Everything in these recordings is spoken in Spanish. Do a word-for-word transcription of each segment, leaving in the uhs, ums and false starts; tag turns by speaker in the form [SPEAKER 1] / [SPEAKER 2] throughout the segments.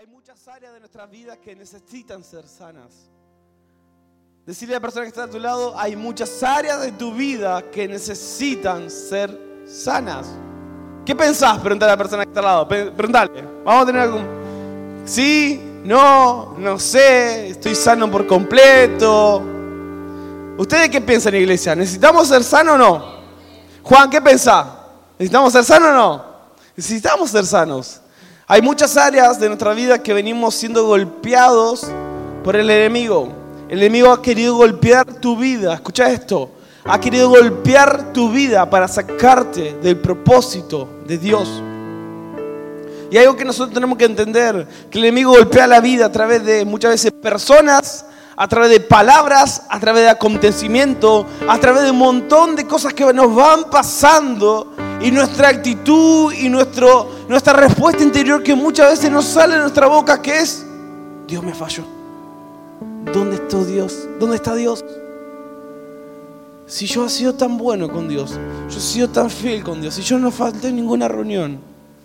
[SPEAKER 1] hay muchas áreas de nuestras vidas que necesitan ser sanas. Decirle a la persona que está a tu lado, hay muchas áreas de tu vida que necesitan ser sanas. ¿Qué pensás? Preguntar a la persona que está al lado. Preguntale. Vamos a tener algún... Sí, no, no sé, estoy sano por completo. ¿Ustedes qué piensan, iglesia? ¿Necesitamos ser sanos o no? Juan, ¿qué pensás? ¿Necesitamos ser sanos o no? Necesitamos ser sanos. Hay muchas áreas de nuestra vida que venimos siendo golpeados por el enemigo. El enemigo ha querido golpear tu vida. Escucha esto. Ha querido golpear tu vida para sacarte del propósito de Dios. Y hay algo que nosotros tenemos que entender. Que el enemigo golpea la vida a través de muchas veces personas, a través de palabras, a través de acontecimientos, a través de un montón de cosas que nos van pasando. Y nuestra actitud y nuestro, nuestra respuesta interior que muchas veces nos sale de nuestra boca, que es: Dios me falló. ¿Dónde está Dios? ¿Dónde está Dios? Si yo he sido tan bueno con Dios, yo he sido tan fiel con Dios, si yo no falté en ninguna reunión,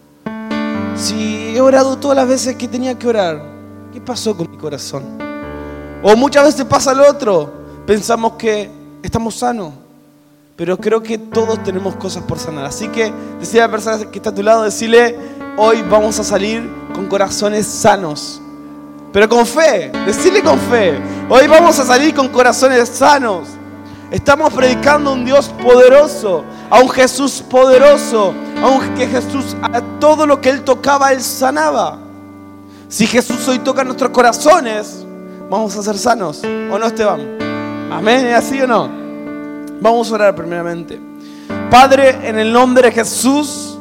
[SPEAKER 1] si he orado todas las veces que tenía que orar, ¿qué pasó con mi corazón? O muchas veces pasa lo otro, pensamos que estamos sanos, pero creo que todos tenemos cosas por sanar. Así que decirle a la persona que está a tu lado, decirle: hoy vamos a salir con corazones sanos. Pero con fe, decirle con fe: hoy vamos a salir con corazones sanos. Estamos predicando a un Dios poderoso, a un Jesús poderoso, a un que Jesús, a todo lo que Él tocaba, Él sanaba. Si Jesús hoy toca nuestros corazones, vamos a ser sanos. ¿O no, Esteban? ¿Amén? ¿Es así o no? Vamos a orar primeramente. Padre, en el nombre de Jesús,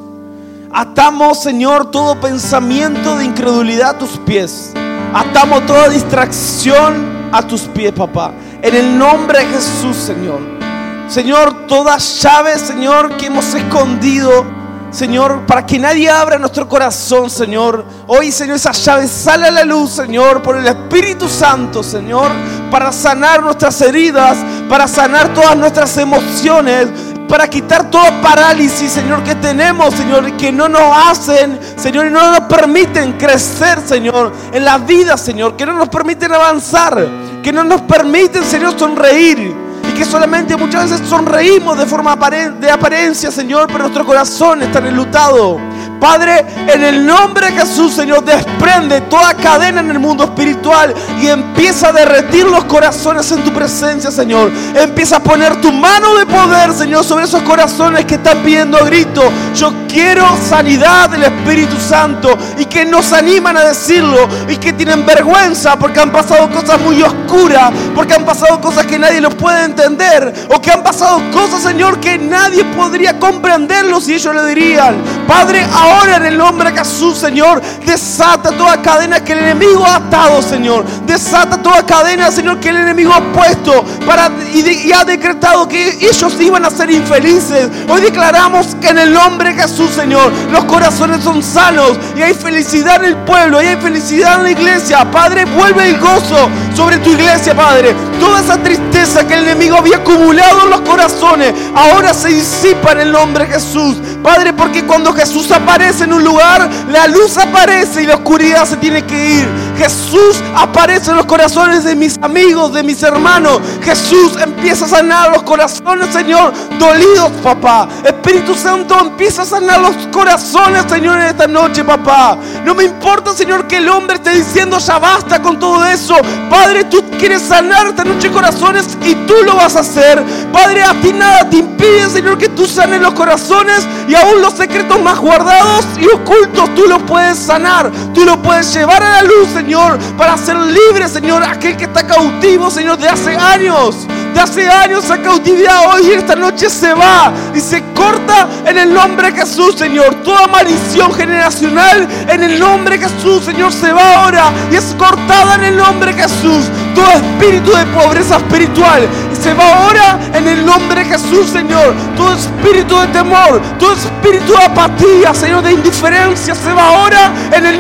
[SPEAKER 1] atamos, Señor, todo pensamiento de incredulidad a tus pies. Atamos toda distracción a tus pies, papá. En el nombre de Jesús, Señor. Señor, toda llave, Señor, que hemos escondido, Señor, para que nadie abra nuestro corazón, Señor. Hoy, Señor, esa llave sale a la luz, Señor, por el Espíritu Santo, Señor, para sanar nuestras heridas, para sanar todas nuestras emociones, para quitar toda parálisis, Señor, que tenemos, Señor, y que no nos hacen, Señor, y no nos permiten crecer, Señor, en la vida, Señor, que no nos permiten avanzar, que no nos permiten, Señor, sonreír, y que solamente muchas veces sonreímos de forma de apariencia, Señor, pero nuestro corazón está enlutado. Padre, en el nombre de Jesús, Señor, desprende toda cadena en el mundo espiritual y empieza a derretir los corazones en tu presencia, Señor. Empieza a poner tu mano de poder, Señor, sobre esos corazones que están pidiendo a grito: yo quiero sanidad del Espíritu Santo, y que nos animan a decirlo y que tienen vergüenza porque han pasado cosas muy oscuras, porque han pasado cosas que nadie los puede entender, o que han pasado cosas, Señor, que nadie podría comprenderlo si ellos le dirían. Padre, ahora Ahora en el nombre de Jesús, Señor, desata toda cadena que el enemigo ha atado, Señor. Desata toda cadena, Señor, que el enemigo ha puesto para, y, de, y ha decretado que ellos iban a ser infelices. Hoy declaramos que en el nombre de Jesús, Señor, los corazones son sanos y hay felicidad en el pueblo y hay felicidad en la iglesia. Padre, vuelve el gozo sobre tu iglesia, Padre. Toda esa tristeza que el enemigo había acumulado en los corazones ahora se disipa en el nombre de Jesús, Padre, porque cuando Jesús aparece en un lugar, la luz aparece y la oscuridad se tiene que ir. Jesús aparece en los corazones de mis amigos, de mis hermanos. Jesús empieza a sanar los corazones, Señor, dolidos, papá. Espíritu Santo, empieza a sanar los corazones, Señor, en esta noche, papá. No me importa, Señor, que el hombre esté diciendo ya basta con todo eso. Padre, tú quieres sanar esta noche corazones y tú lo vas a hacer. Padre, a ti nada te impide, Señor, que tú sanes los corazones, y aún los secretos más guardados y ocultos tú lo puedes sanar. Tú lo puedes llevar a la luz, Señor, para hacer libre, Señor, aquel que está cautivo, Señor, de hace años. De hace años esa cautividad hoy esta noche se va y se corta en el nombre de Jesús, Señor. Toda maldición generacional en el nombre de Jesús, Señor, se va ahora y es cortada en el nombre de Jesús. Todo espíritu de pobreza espiritual se va ahora en el nombre de Jesús, Señor. Todo espíritu de temor, todo espíritu de apatía, Señor, de indiferencia, se va ahora en el nombre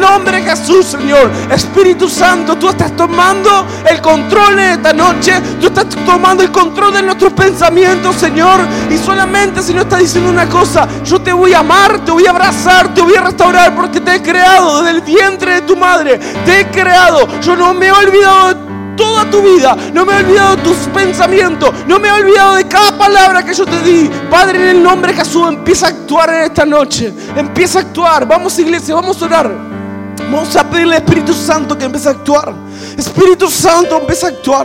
[SPEAKER 1] nombre de Jesús, Señor. Espíritu Santo, tú estás tomando el control en esta noche. Tú estás tomando el control de nuestros pensamientos, Señor. Y solamente, Señor, estás diciendo una cosa: yo te voy a amar, te voy a abrazar, te voy a restaurar, porque te he creado desde el vientre de tu madre. Te he creado. Yo no me he olvidado de toda tu vida, no me he olvidado de tus pensamientos, no me he olvidado de cada palabra que yo te di. Padre, en el nombre de Jesús, empieza a actuar en esta noche. Empieza a actuar. Vamos, iglesia, vamos a orar. Vamos a pedirle al Espíritu Santo que empiece a actuar. Espíritu Santo, empieza a actuar.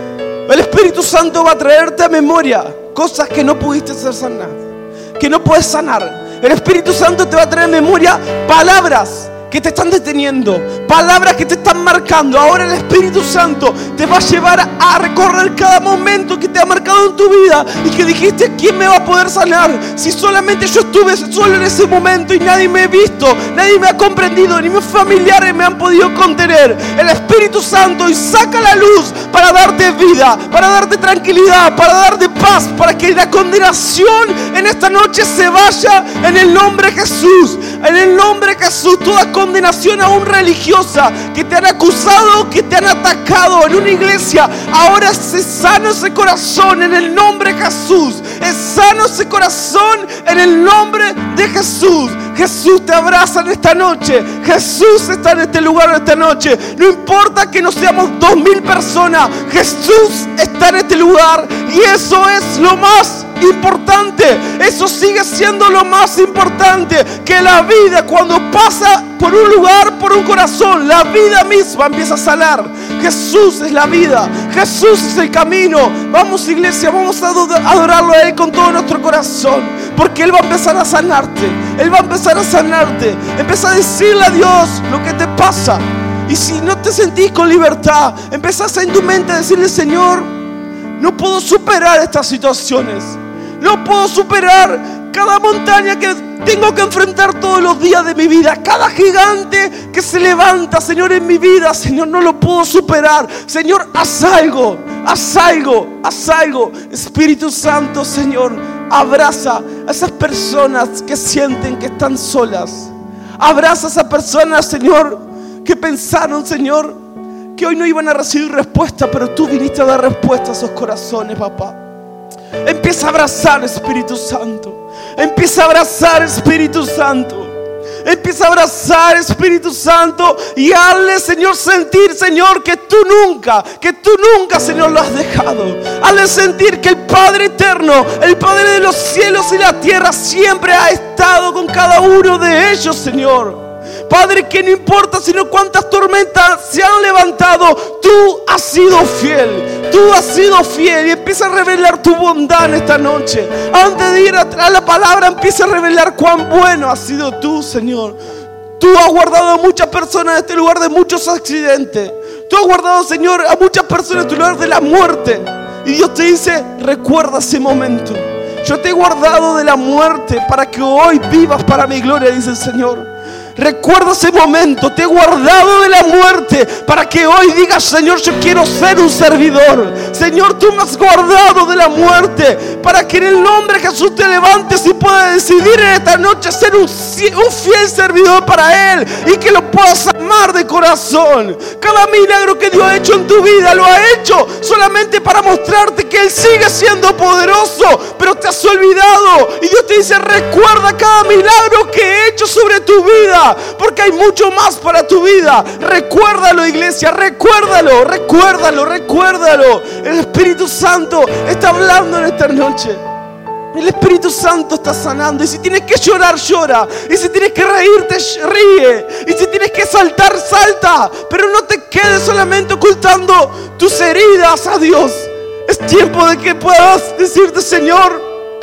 [SPEAKER 1] El Espíritu Santo va a traerte a memoria cosas que no pudiste hacer sanar, que no puedes sanar. El Espíritu Santo te va a traer a memoria palabras que te están deteniendo, palabras que te están marcando. Ahora el Espíritu Santo te va a llevar a recorrer cada momento que te ha marcado en tu vida y que dijiste: ¿quién me va a poder sanar? Si solamente yo estuve solo en ese momento y nadie me ha visto, nadie me ha comprendido, ni mis familiares me han podido contener. El Espíritu Santo y saca la luz para darte vida, para darte tranquilidad, para darte paz, para que la condenación en esta noche se vaya en el nombre de Jesús. En el nombre de Jesús, toda condenación aún religiosa que te han acusado, que te han atacado en una iglesia, ahora se sana ese corazón en el nombre de Jesús. Es sano ese corazón en el nombre de Jesús. Jesús te abraza en esta noche. Jesús está en este lugar en esta noche. No importa que no seamos dos mil personas, Jesús está en este lugar, y eso es lo más importante. Eso sigue siendo lo más importante, que la vida, cuando pasa por un lugar, por un corazón, la vida misma empieza a sanar. Jesús es la vida, Jesús es el camino. Vamos, iglesia, vamos a adorarlo a Él con todo nuestro corazón, porque Él va a empezar a sanarte. Él va a empezar a sanarte. Empieza a decirle a Dios lo que te pasa. Y si no te sentís con libertad, empezás en tu mente a decirle: Señor, no puedo superar estas situaciones. No puedo superar cada montaña que tengo que enfrentar todos los días de mi vida. Cada gigante que se levanta, Señor, en mi vida, Señor, no lo puedo superar. Señor, haz algo, haz algo, haz algo. Espíritu Santo, Señor, abraza a esas personas que sienten que están solas. Abraza a esas personas, Señor, que pensaron, Señor, que hoy no iban a recibir respuesta, pero tú viniste a dar respuesta a esos corazones, papá. Empieza a abrazar, Espíritu Santo. Empieza a abrazar, Espíritu Santo. Empieza a abrazar, Espíritu Santo, y hazle, Señor, sentir, Señor, que tú nunca, que tú nunca, Señor, lo has dejado. Hazle sentir que el Padre eterno, el Padre de los cielos y la tierra, siempre ha estado con cada uno de ellos, Señor. Padre, que no importa sino cuántas tormentas se han levantado, tú has sido fiel, tú has sido fiel, y empieza a revelar tu bondad en esta noche. Antes de ir a la palabra, empieza a revelar cuán bueno has sido tú, Señor. Tú has guardado a muchas personas en este lugar de muchos accidentes. Tú has guardado, Señor, a muchas personas en este lugar de la muerte. Y Dios te dice: recuerda ese momento. Yo te he guardado de la muerte para que hoy vivas para mi gloria, dice el Señor. Recuerda ese momento. Te he guardado de la muerte para que hoy digas: Señor, yo quiero ser un servidor. Señor, tú me has guardado de la muerte para que en el nombre de Jesús te levantes y puedas decidir en esta noche ser un, un fiel servidor para Él, y que lo puedas amar de corazón. Cada milagro que Dios ha hecho en tu vida lo ha hecho solamente para mostrarte que Él sigue siendo poderoso, pero te has olvidado. Y Dios te dice: recuerda cada milagro que he hecho sobre tu vida, porque hay mucho más para tu vida. Recuérdalo, iglesia, recuérdalo, recuérdalo, recuérdalo. El Espíritu Santo está hablando en esta noche. El Espíritu Santo está sanando. Y si tienes que llorar, llora. Y si tienes que reírte, ríe. Y si tienes que saltar, salta. Pero no te quedes solamente ocultando tus heridas a Dios. Es tiempo de que puedas decirte: Señor,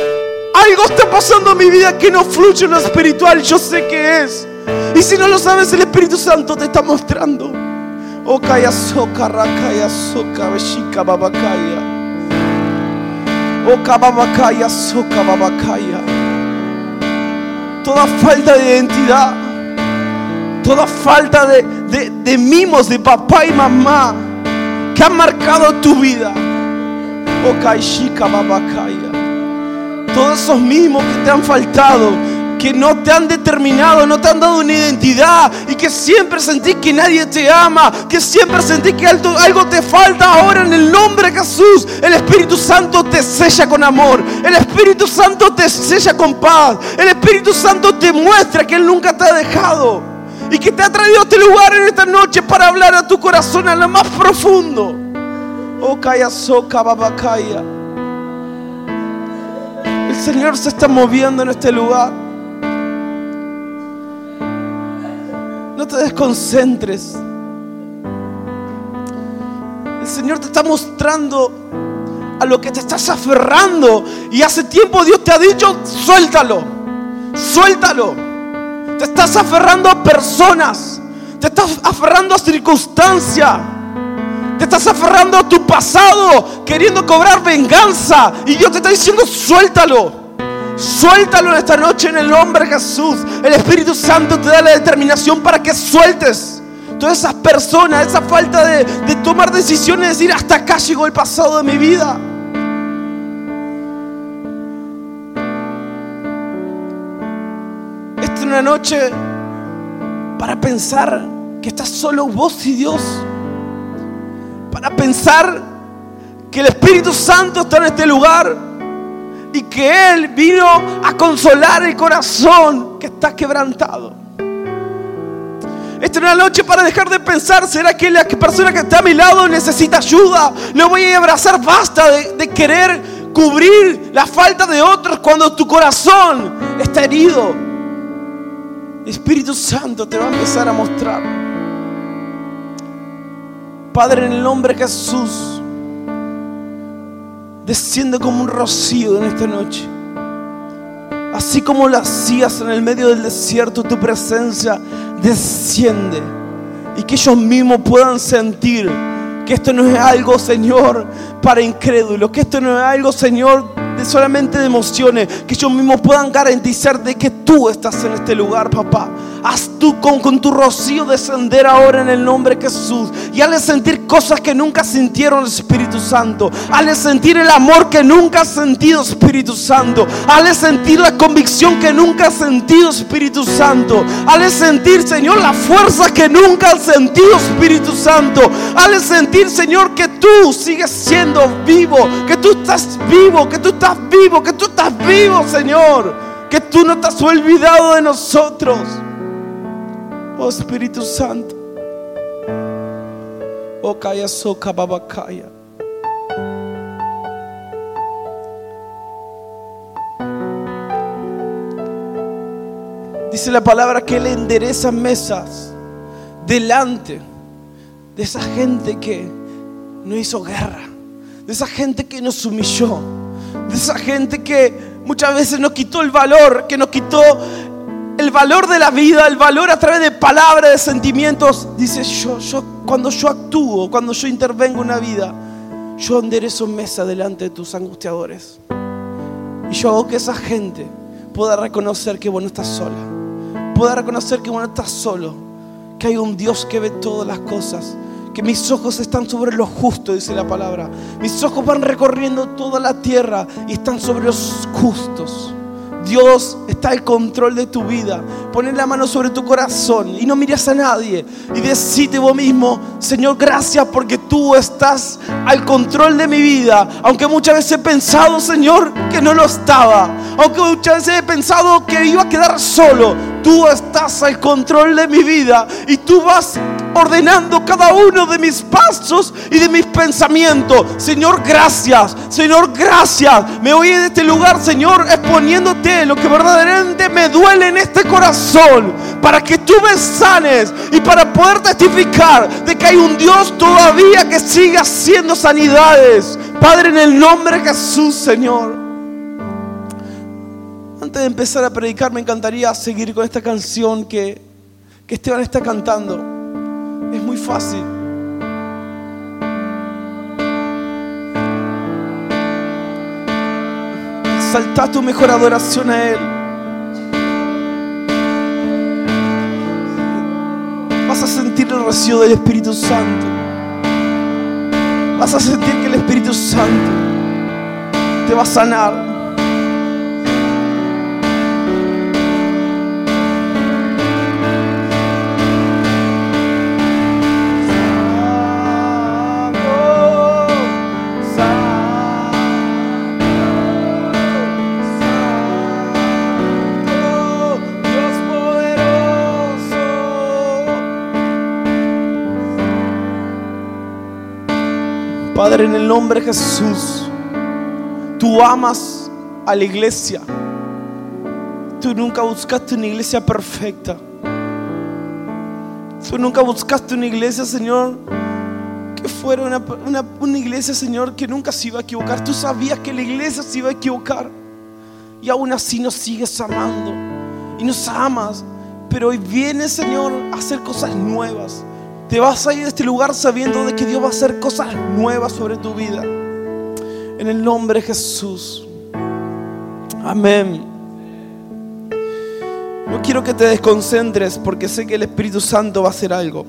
[SPEAKER 1] algo está pasando en mi vida que no fluye en lo espiritual. Yo sé que es. Y si no lo sabes, el Espíritu Santo te está mostrando. Oh, kaya soka, rakaya soka, beshika babakaya. Oh, kababakaya soka, babakaya. Toda falta de identidad, toda falta de, de, de mimos de papá y mamá que han marcado tu vida. Oh, kaishika babakaya. Todos esos mimos que te han faltado, que no te han determinado, no te han dado una identidad y que siempre sentís que nadie te ama, que siempre sentís que algo, algo te falta. Ahora en el nombre de Jesús, el Espíritu Santo te sella con amor, el Espíritu Santo te sella con paz, el Espíritu Santo te muestra que Él nunca te ha dejado y que te ha traído a este lugar en esta noche para hablar a tu corazón a lo más profundo. Oh, kaya soka babakaya. El Señor se está moviendo en este lugar. No te desconcentres. El Señor te está mostrando a lo que te estás aferrando. Y hace tiempo Dios te ha dicho: suéltalo, suéltalo. Te estás aferrando a personas, te estás aferrando a circunstancias, te estás aferrando a tu pasado, queriendo cobrar venganza. Y Dios te está diciendo: suéltalo. Suéltalo en esta noche en el nombre de Jesús. El Espíritu Santo te da la determinación para que sueltes todas esas personas, esa falta de, de tomar decisiones, de decir: hasta acá llegó el pasado de mi vida. Esta es una noche para pensar que estás solo vos y Dios, para pensar que el Espíritu Santo está en este lugar y que Él vino a consolar el corazón que está quebrantado. Esta es una noche para dejar de pensar: ¿será que la persona que está a mi lado necesita ayuda? Le voy a abrazar. Basta de, de querer cubrir la falta de otros cuando tu corazón está herido. El Espíritu Santo te va a empezar a mostrar. Padre, en el nombre de Jesús, desciende como un rocío en esta noche. Así como lo hacías en el medio del desierto, tu presencia desciende. Y que ellos mismos puedan sentir que esto no es algo, Señor, para incrédulos. Que esto no es algo, Señor, de solamente de emociones. Que ellos mismos puedan garantizar de que tú estás en este lugar, papá. Haz tú con, con tu rocío descender ahora en el nombre de Jesús. Y hazle sentir cosas que nunca sintieron, Espíritu Santo. Hazle sentir el amor que nunca has sentido, Espíritu Santo. Hazle sentir la convicción que nunca has sentido, Espíritu Santo. Hazle sentir, Señor, la fuerza que nunca has sentido, Espíritu Santo. Hazle sentir, Señor, que tú sigues siendo vivo. Que tú estás vivo, que tú estás vivo, que tú estás vivo, Señor. Que tú no te has olvidado de nosotros. Oh Espíritu Santo. Oh kaya soka babakaya. Dice la palabra que Él endereza mesas delante de esa gente que no hizo guerra, de esa gente que nos humilló, de esa gente que muchas veces nos quitó el valor, que nos quitó el valor de la vida, el valor a través de palabras, de sentimientos. Dice: yo, yo, cuando yo actúo, cuando yo intervengo en una vida, yo enderezo mesa delante de tus angustiadores. Y yo hago que esa gente pueda reconocer que vos no estás sola, pueda reconocer que vos no estás solo, que hay un Dios que ve todas las cosas, que mis ojos están sobre los justos, dice la palabra. Mis ojos van recorriendo toda la tierra y están sobre los justos. Dios está al control de tu vida. Poner la mano sobre tu corazón y no mires a nadie y decite vos mismo: Señor, gracias porque tú estás al control de mi vida. Aunque muchas veces he pensado, Señor, que no lo estaba, aunque muchas veces he pensado que iba a quedar solo, tú estás al control de mi vida y tú vas ordenando cada uno de mis pasos y de mis pensamientos. Señor, gracias. Señor, gracias. Me voy de este lugar, Señor, exponiéndote lo que verdaderamente me duele en este corazón, para que tú me sanes y para poder testificar de que hay un Dios todavía que sigue haciendo sanidades. Padre, en el nombre de Jesús, Señor. Antes de empezar a predicar, me encantaría seguir con esta canción que, que Esteban está cantando. Es muy fácil. Exalta tu mejor adoración a Él. Vas a sentir el rocío del Espíritu Santo. Vas a sentir que el Espíritu Santo te va a sanar. Padre, en el nombre de Jesús, tú amas a la iglesia. Tú nunca buscaste una iglesia perfecta. Tú nunca buscaste una iglesia, Señor, que fuera una, una, una iglesia, Señor, que nunca se iba a equivocar. Tú sabías que la iglesia se iba a equivocar. Y aún así nos sigues amando. Y nos amas. Pero hoy vienes, Señor, a hacer cosas nuevas. Te vas a ir de este lugar sabiendo de que Dios va a hacer cosas nuevas sobre tu vida. En el nombre de Jesús. Amén. No quiero que te desconcentres porque sé que el Espíritu Santo va a hacer algo.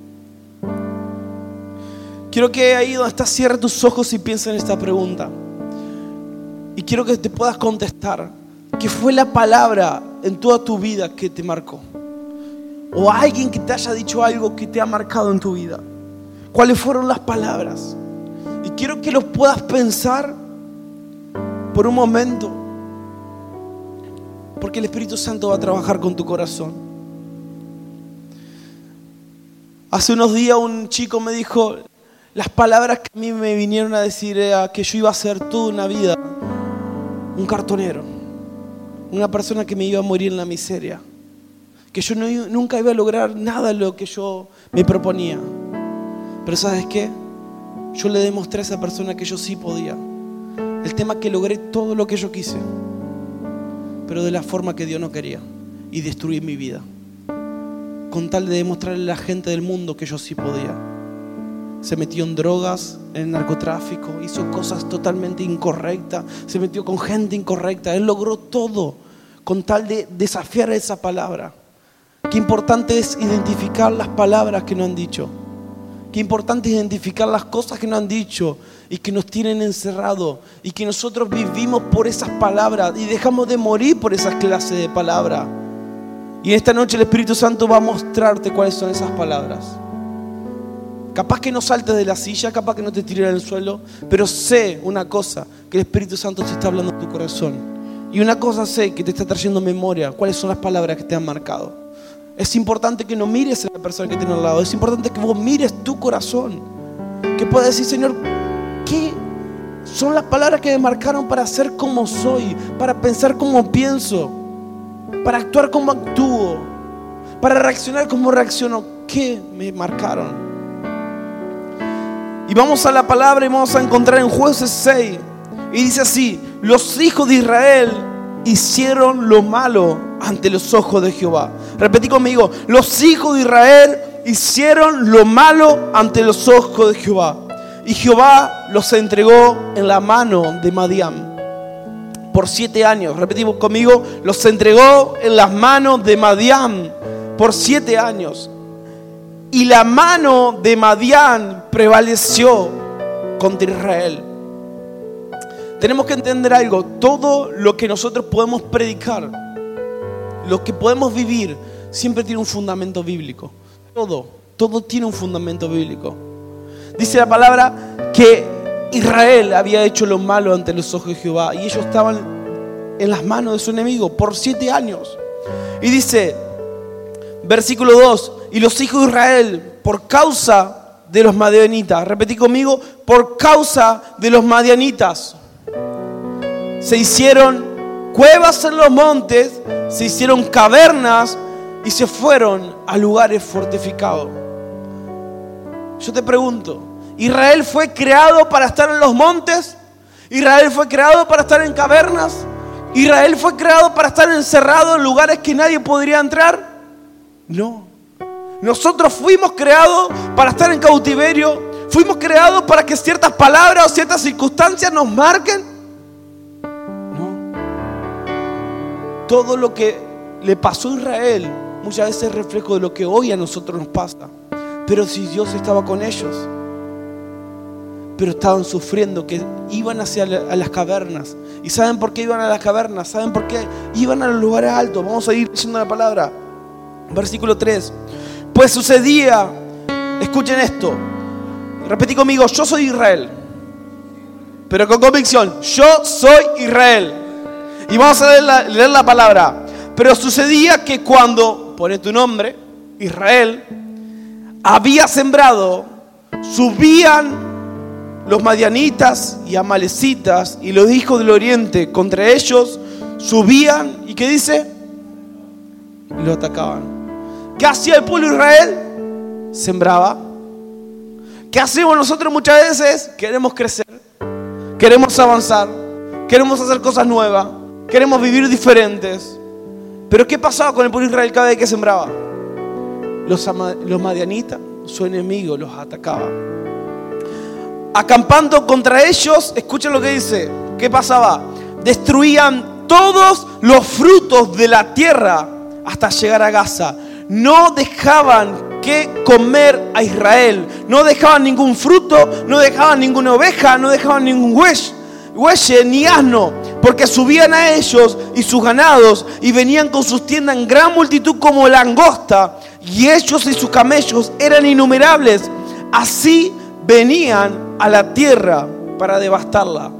[SPEAKER 1] Quiero que ahí donde estás cierres tus ojos y pienses en esta pregunta. Y quiero que te puedas contestar. ¿Qué fue la palabra en toda tu vida que te marcó? O alguien que te haya dicho algo que te ha marcado en tu vida. ¿Cuáles fueron las palabras? Y quiero que los puedas pensar por un momento. Porque el Espíritu Santo va a trabajar con tu corazón. Hace unos días un chico me dijo, las palabras que a mí me vinieron a decir era que yo iba a ser toda una vida un cartonero, una persona que me iba a morir en la miseria, que yo no, nunca iba a lograr nada de lo que yo me proponía. Pero ¿sabes qué? Yo le demostré a esa persona que yo sí podía. El tema es que logré todo lo que yo quise, pero de la forma que Dios no quería, y destruí mi vida con tal de demostrarle a la gente del mundo que yo sí podía. Se metió en drogas, en narcotráfico, hizo cosas totalmente incorrectas, se metió con gente incorrecta. Él logró todo con tal de desafiar esa palabra. Qué importante es identificar las palabras que nos han dicho. Qué importante es identificar las cosas que nos han dicho y que nos tienen encerrados, y que nosotros vivimos por esas palabras y dejamos de morir por esas clases de palabras. Y esta noche el Espíritu Santo va a mostrarte cuáles son esas palabras. Capaz que no saltes de la silla, capaz que no te tires al suelo, pero sé una cosa, que el Espíritu Santo te está hablando en tu corazón. Y una cosa sé, que te está trayendo memoria cuáles son las palabras que te han marcado. Es importante que no mires a la persona que tiene al lado. Es importante que vos mires tu corazón. Que puedas decir, Señor, ¿qué son las palabras que me marcaron para ser como soy? Para pensar como pienso. Para actuar como actúo. Para reaccionar como reacciono. ¿Qué me marcaron? Y vamos a la palabra y vamos a encontrar en Jueces seis. Y dice así: los hijos de Israel hicieron lo malo ante los ojos de Jehová. Repetí conmigo: los hijos de Israel hicieron lo malo ante los ojos de Jehová. Y Jehová los entregó en la mano de Madián por siete años. Repetimos conmigo: los entregó en las manos de Madián por siete años. Y la mano de Madián prevaleció contra Israel. Tenemos que entender algo. Todo lo que nosotros podemos predicar, lo que podemos vivir, siempre tiene un fundamento bíblico. Todo, todo tiene un fundamento bíblico. Dice la palabra que Israel había hecho lo malo ante los ojos de Jehová, y ellos estaban en las manos de su enemigo por siete años. Y dice, versículo dos: y los hijos de Israel, por causa de los madianitas, repetí conmigo, por causa de los madianitas, se hicieron cuevas en los montes, se hicieron cavernas y se fueron a lugares fortificados. Yo te pregunto, ¿Israel fue creado para estar en los montes? ¿Israel fue creado para estar en cavernas? ¿Israel fue creado para estar encerrado en lugares que nadie podría entrar? No. Nosotros fuimos creados para estar en cautiverio. Fuimos creados para que ciertas palabras o ciertas circunstancias nos marquen. No. Todo lo que le pasó a Israel muchas veces es reflejo de lo que hoy a nosotros nos pasa. Pero si Dios estaba con ellos, pero estaban sufriendo, que iban hacia a las cavernas. ¿Y saben por qué iban a las cavernas? ¿Saben por qué iban a los lugares altos? Vamos a ir leyendo la palabra. Versículo tres. Pues sucedía, escuchen esto, repetí conmigo: yo soy Israel, pero con convicción, yo soy Israel. Y vamos a leer la, leer la palabra. Pero sucedía que cuando, pone tu nombre, Israel, había sembrado, subían los madianitas y amalecitas y los hijos del oriente contra ellos subían, ¿y qué dice? Y lo atacaban. ¿Qué hacía el pueblo de Israel? Sembraba. ¿Qué hacemos nosotros muchas veces? Queremos crecer, queremos avanzar, queremos hacer cosas nuevas, queremos vivir diferentes. Pero ¿qué pasaba con el pueblo de Israel cada vez que sembraba? Los, ama- los madianitas, su enemigo, los atacaba. Acampando contra ellos, escuchen lo que dice. ¿Qué pasaba? Destruían todos los frutos de la tierra hasta llegar a Gaza. No dejaban que comer a Israel. No dejaban ningún fruto, no dejaban ninguna oveja, no dejaban ningún huelle, huelle ni asno, porque subían a ellos y sus ganados y venían con sus tiendas en gran multitud como langosta, y ellos y sus camellos eran innumerables. Así venían a la tierra para devastarla.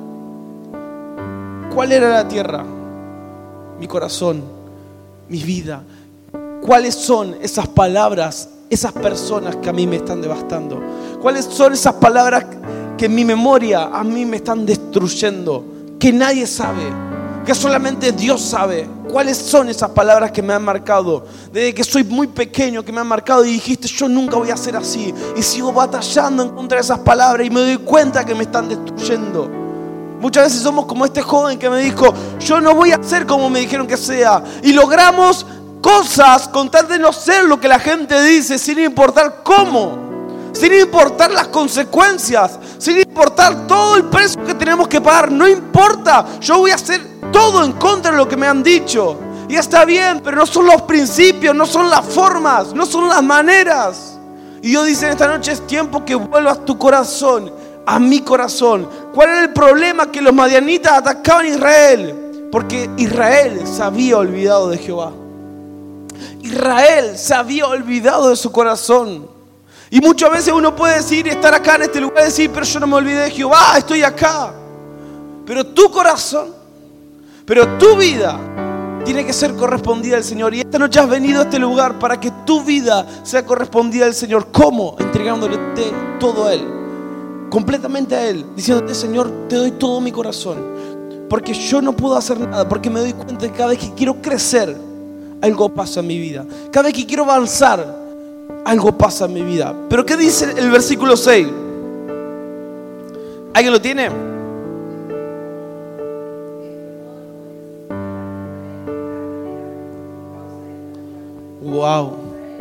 [SPEAKER 1] ¿Cuál era la tierra? Mi corazón, mi vida. ¿Cuáles son esas palabras, esas personas que a mí me están devastando? ¿Cuáles son esas palabras que en mi memoria a mí me están destruyendo? Que nadie sabe, que solamente Dios sabe. ¿Cuáles son esas palabras que me han marcado? Desde que soy muy pequeño, que me han marcado y dijiste, yo nunca voy a ser así. Y sigo batallando en contra de esas palabras y me doy cuenta que me están destruyendo. Muchas veces somos como este joven que me dijo, yo no voy a ser como me dijeron que sea. Y logramos cosas con tal de no ser lo que la gente dice, sin importar cómo, sin importar las consecuencias, sin importar todo el precio que tenemos que pagar. No importa, yo voy a hacer todo en contra de lo que me han dicho. Y está bien, pero no son los principios, no son las formas, no son las maneras. Y Dios dice en esta noche, es tiempo que vuelvas tu corazón a mi corazón. ¿Cuál era el problema? Que los madianitas atacaban a Israel, porque Israel se había olvidado de Jehová. Israel se había olvidado de su corazón. Y muchas veces uno puede decir, estar acá en este lugar y decir, pero yo no me olvidé de Jehová, estoy acá. Pero tu corazón, pero tu vida tiene que ser correspondida al Señor. Y esta noche has venido a este lugar para que tu vida sea correspondida al Señor. ¿Cómo? Entregándole todo a Él, completamente a Él, diciéndote, Señor, te doy todo mi corazón, porque yo no puedo hacer nada, porque me doy cuenta que cada vez que quiero crecer, algo pasa en mi vida. Cada vez que quiero avanzar, algo pasa en mi vida. Pero ¿qué dice el versículo seis? ¿Alguien lo tiene? Wow.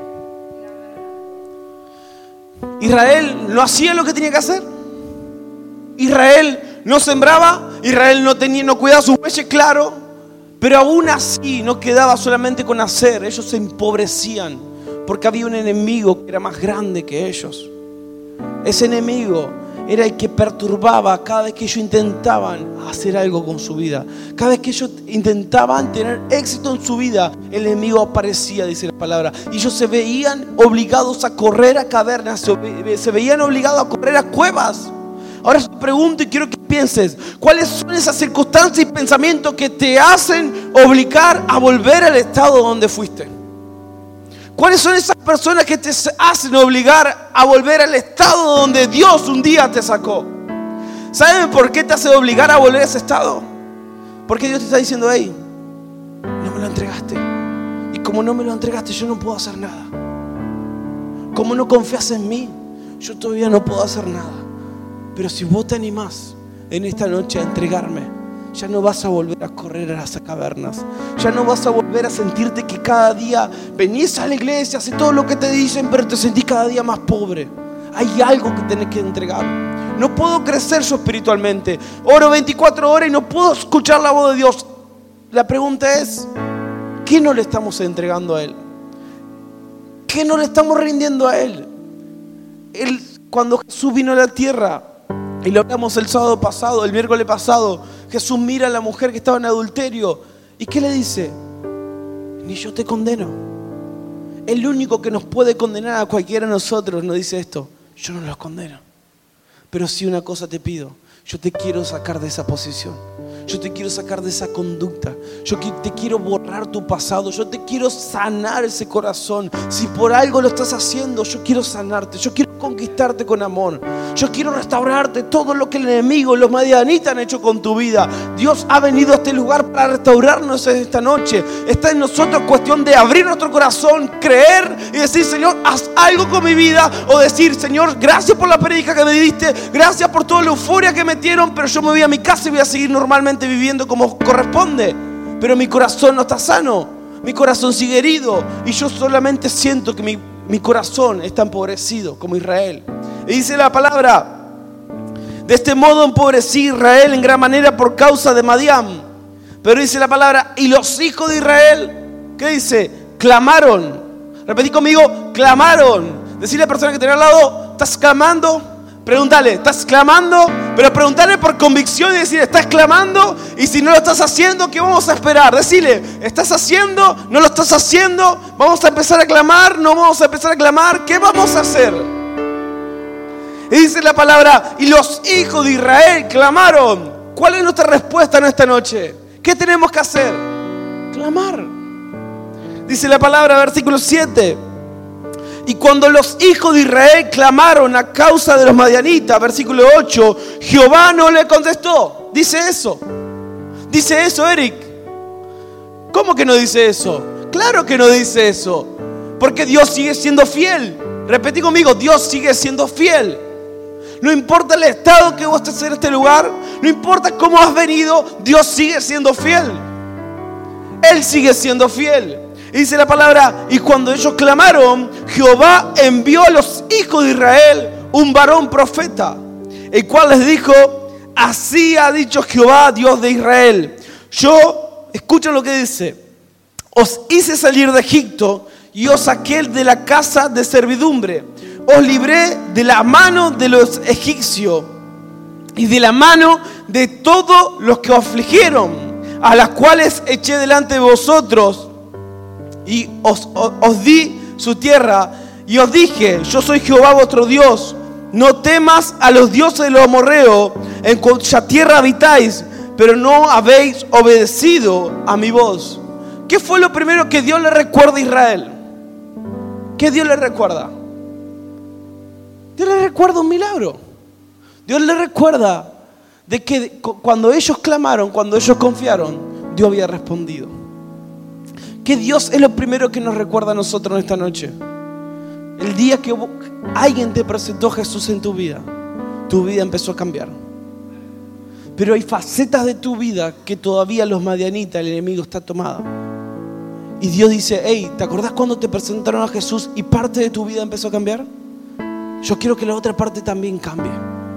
[SPEAKER 1] Israel no hacía lo que tenía que hacer. Israel no sembraba. Israel no tenía, no cuidaba sus bueyes, claro. Pero aún así no quedaba solamente con hacer. Ellos se empobrecían porque había un enemigo que era más grande que ellos. Ese enemigo era el que perturbaba cada vez que ellos intentaban hacer algo con su vida. Cada vez que ellos intentaban tener éxito en su vida, el enemigo aparecía, dice la palabra. Y ellos se veían obligados a correr a cavernas, se, se veían obligados a correr a cuevas. Ahora te pregunto y quiero que pienses, ¿cuáles son esas circunstancias y pensamientos que te hacen obligar a volver al estado donde fuiste? ¿Cuáles son esas personas que te hacen obligar a volver al estado donde Dios un día te sacó? ¿Saben por qué te hace obligar a volver a ese estado? Porque Dios te está diciendo, hey, no me lo entregaste. Y como no me lo entregaste, yo no puedo hacer nada. Como no confías en mí, yo todavía no puedo hacer nada. Pero si vos te animás en esta noche a entregarme, ya no vas a volver a correr a las cavernas. Ya no vas a volver a sentirte que cada día venís a la iglesia, haces todo lo que te dicen, pero te sentís cada día más pobre. Hay algo que tenés que entregar. No puedo crecer yo espiritualmente. Oro veinticuatro horas y no puedo escuchar la voz de Dios. La pregunta es, ¿qué no le estamos entregando a Él? ¿Qué no le estamos rindiendo a Él? Él, cuando Jesús vino a la tierra, y lo hablamos el sábado pasado, el miércoles pasado, Jesús mira a la mujer que estaba en adulterio. ¿Y qué le dice? Ni yo te condeno. El único que nos puede condenar a cualquiera de nosotros nos dice esto: yo no los condeno. Pero sí una cosa te pido, yo te quiero sacar de esa posición. Yo te quiero sacar de esa conducta. Yo te quiero borrar tu pasado. Yo te quiero sanar ese corazón. Si por algo lo estás haciendo, yo quiero sanarte. Yo quiero conquistarte con amor. Yo quiero restaurarte todo lo que el enemigo, los madianitas han hecho con tu vida. Dios ha venido a este lugar para restaurarnos esta noche. Está en nosotros cuestión de abrir nuestro corazón, creer y decir: Señor, haz algo con mi vida. O decir: Señor, gracias por la predica que me diste, gracias por toda la euforia que metieron, pero yo me voy a mi casa y voy a seguir normalmente viviendo como corresponde. Pero mi corazón no está sano, mi corazón sigue herido, y yo solamente siento que mi, mi corazón está empobrecido como Israel. Y dice la palabra: de este modo empobrecí Israel en gran manera por causa de Madián. Pero dice la palabra: y los hijos de Israel, ¿qué dice? Clamaron. Repetí conmigo: clamaron. Decirle a la persona que tiene al lado: ¿estás clamando? Pregúntale: ¿estás clamando? Pero preguntarle por convicción y decir: ¿estás clamando? Y si no lo estás haciendo, ¿qué vamos a esperar? Decirle: ¿estás haciendo? ¿No lo estás haciendo? ¿Vamos a empezar a clamar? ¿No vamos a empezar a clamar? ¿Qué vamos a hacer? Y dice la palabra: y los hijos de Israel clamaron. ¿Cuál es nuestra respuesta en esta noche? ¿Qué tenemos que hacer? Clamar. Dice la palabra, versículo siete: y cuando los hijos de Israel clamaron a causa de los madianitas, versículo ocho, Jehová no le contestó. Dice eso. Dice eso, Eric. ¿Cómo que no dice eso? Claro que no dice eso. Porque Dios sigue siendo fiel. Repetí conmigo: Dios sigue siendo fiel. No importa el estado que vos estés en este lugar, no importa cómo has venido, Dios sigue siendo fiel. Él sigue siendo fiel. Y dice la palabra: y cuando ellos clamaron, Jehová envió a los hijos de Israel un varón profeta, el cual les dijo: así ha dicho Jehová, Dios de Israel, yo, escuchen lo que dice, os hice salir de Egipto y os saqué de la casa de servidumbre, os libré de la mano de los egipcios y de la mano de todos los que os afligieron, a las cuales eché delante de vosotros, y os, os, os di su tierra, y os dije: yo soy Jehová vuestro Dios. No temas a los dioses de los amorreos, en cuya tierra habitáis, pero no habéis obedecido a mi voz. ¿Qué fue lo primero que Dios le recuerda a Israel? ¿Qué Dios le recuerda? Dios le recuerda un milagro. Dios le recuerda de que cuando ellos clamaron, cuando ellos confiaron, Dios había respondido. Que Dios es lo primero que nos recuerda a nosotros en esta noche. El día que alguien te presentó a Jesús en tu vida, tu vida empezó a cambiar. Pero hay facetas de tu vida que todavía los madianitas, el enemigo, está tomada. Y Dios dice: hey, ¿te acordás cuando te presentaron a Jesús y parte de tu vida empezó a cambiar? Yo quiero que la otra parte también cambie.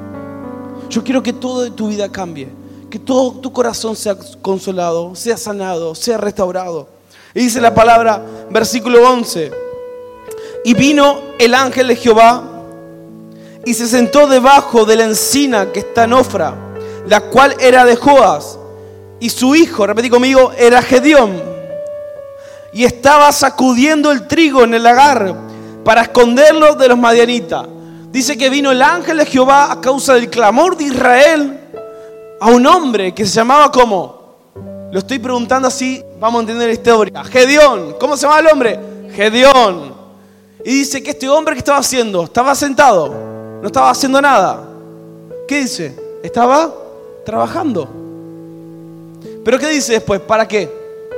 [SPEAKER 1] Yo quiero que todo de tu vida cambie. Que todo tu corazón sea consolado, sea sanado, sea restaurado. Y dice la palabra, versículo once: y vino el ángel de Jehová y se sentó debajo de la encina que está en Ofra, la cual era de Joas, y su hijo, repetí conmigo, era Gedeón, y estaba sacudiendo el trigo en el lagar para esconderlo de los madianitas. Dice que vino el ángel de Jehová a causa del clamor de Israel a un hombre que se llamaba, ¿cómo? Lo estoy preguntando así, vamos a entender la historia. Gedeón. ¿Cómo se llama el hombre? Gedeón. Y dice que este hombre, ¿qué estaba haciendo? Estaba sentado, no estaba haciendo nada. ¿Qué dice? Estaba trabajando. ¿Pero qué dice después? ¿Para qué?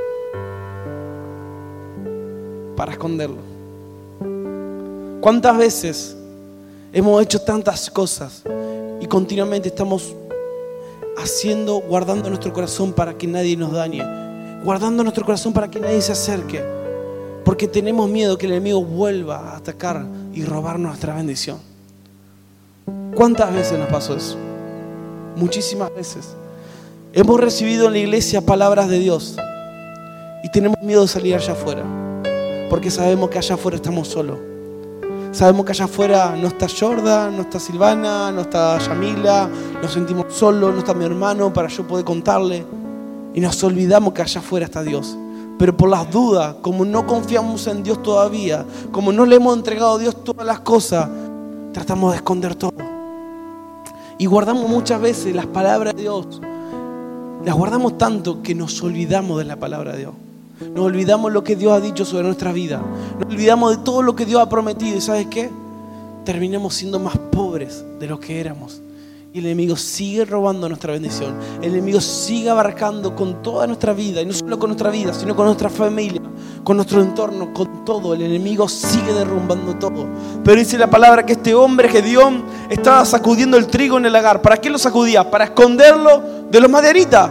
[SPEAKER 1] Para esconderlo. ¿Cuántas veces hemos hecho tantas cosas y continuamente estamos haciendo, guardando nuestro corazón para que nadie nos dañe, guardando nuestro corazón para que nadie se acerque, porque tenemos miedo que el enemigo vuelva a atacar y robar nuestra bendición? ¿Cuántas veces nos pasó eso? Muchísimas veces. Hemos recibido en la iglesia palabras de Dios y tenemos miedo de salir allá afuera, porque sabemos que allá afuera estamos solos. Sabemos que allá afuera no está Jordan, no está Silvana, no está Yamila, nos sentimos solos, no está mi hermano para yo poder contarle. Y nos olvidamos que allá afuera está Dios. Pero por las dudas, como no confiamos en Dios todavía, como no le hemos entregado a Dios todas las cosas, tratamos de esconder todo. Y guardamos muchas veces las palabras de Dios las guardamos tanto que nos olvidamos de la palabra de Dios. Nos olvidamos lo que Dios ha dicho sobre nuestra vida. Nos olvidamos de todo lo que Dios ha prometido. ¿Y sabes qué? Terminamos siendo más pobres de lo que éramos. Y el enemigo sigue robando nuestra bendición. El enemigo sigue abarcando con toda nuestra vida. Y no solo con nuestra vida, sino con nuestra familia, con nuestro entorno, con todo. El enemigo sigue derrumbando todo. Pero dice la palabra que este hombre, Gedeón, estaba sacudiendo el trigo en el lagar. ¿Para qué lo sacudía? Para esconderlo de los madianitas.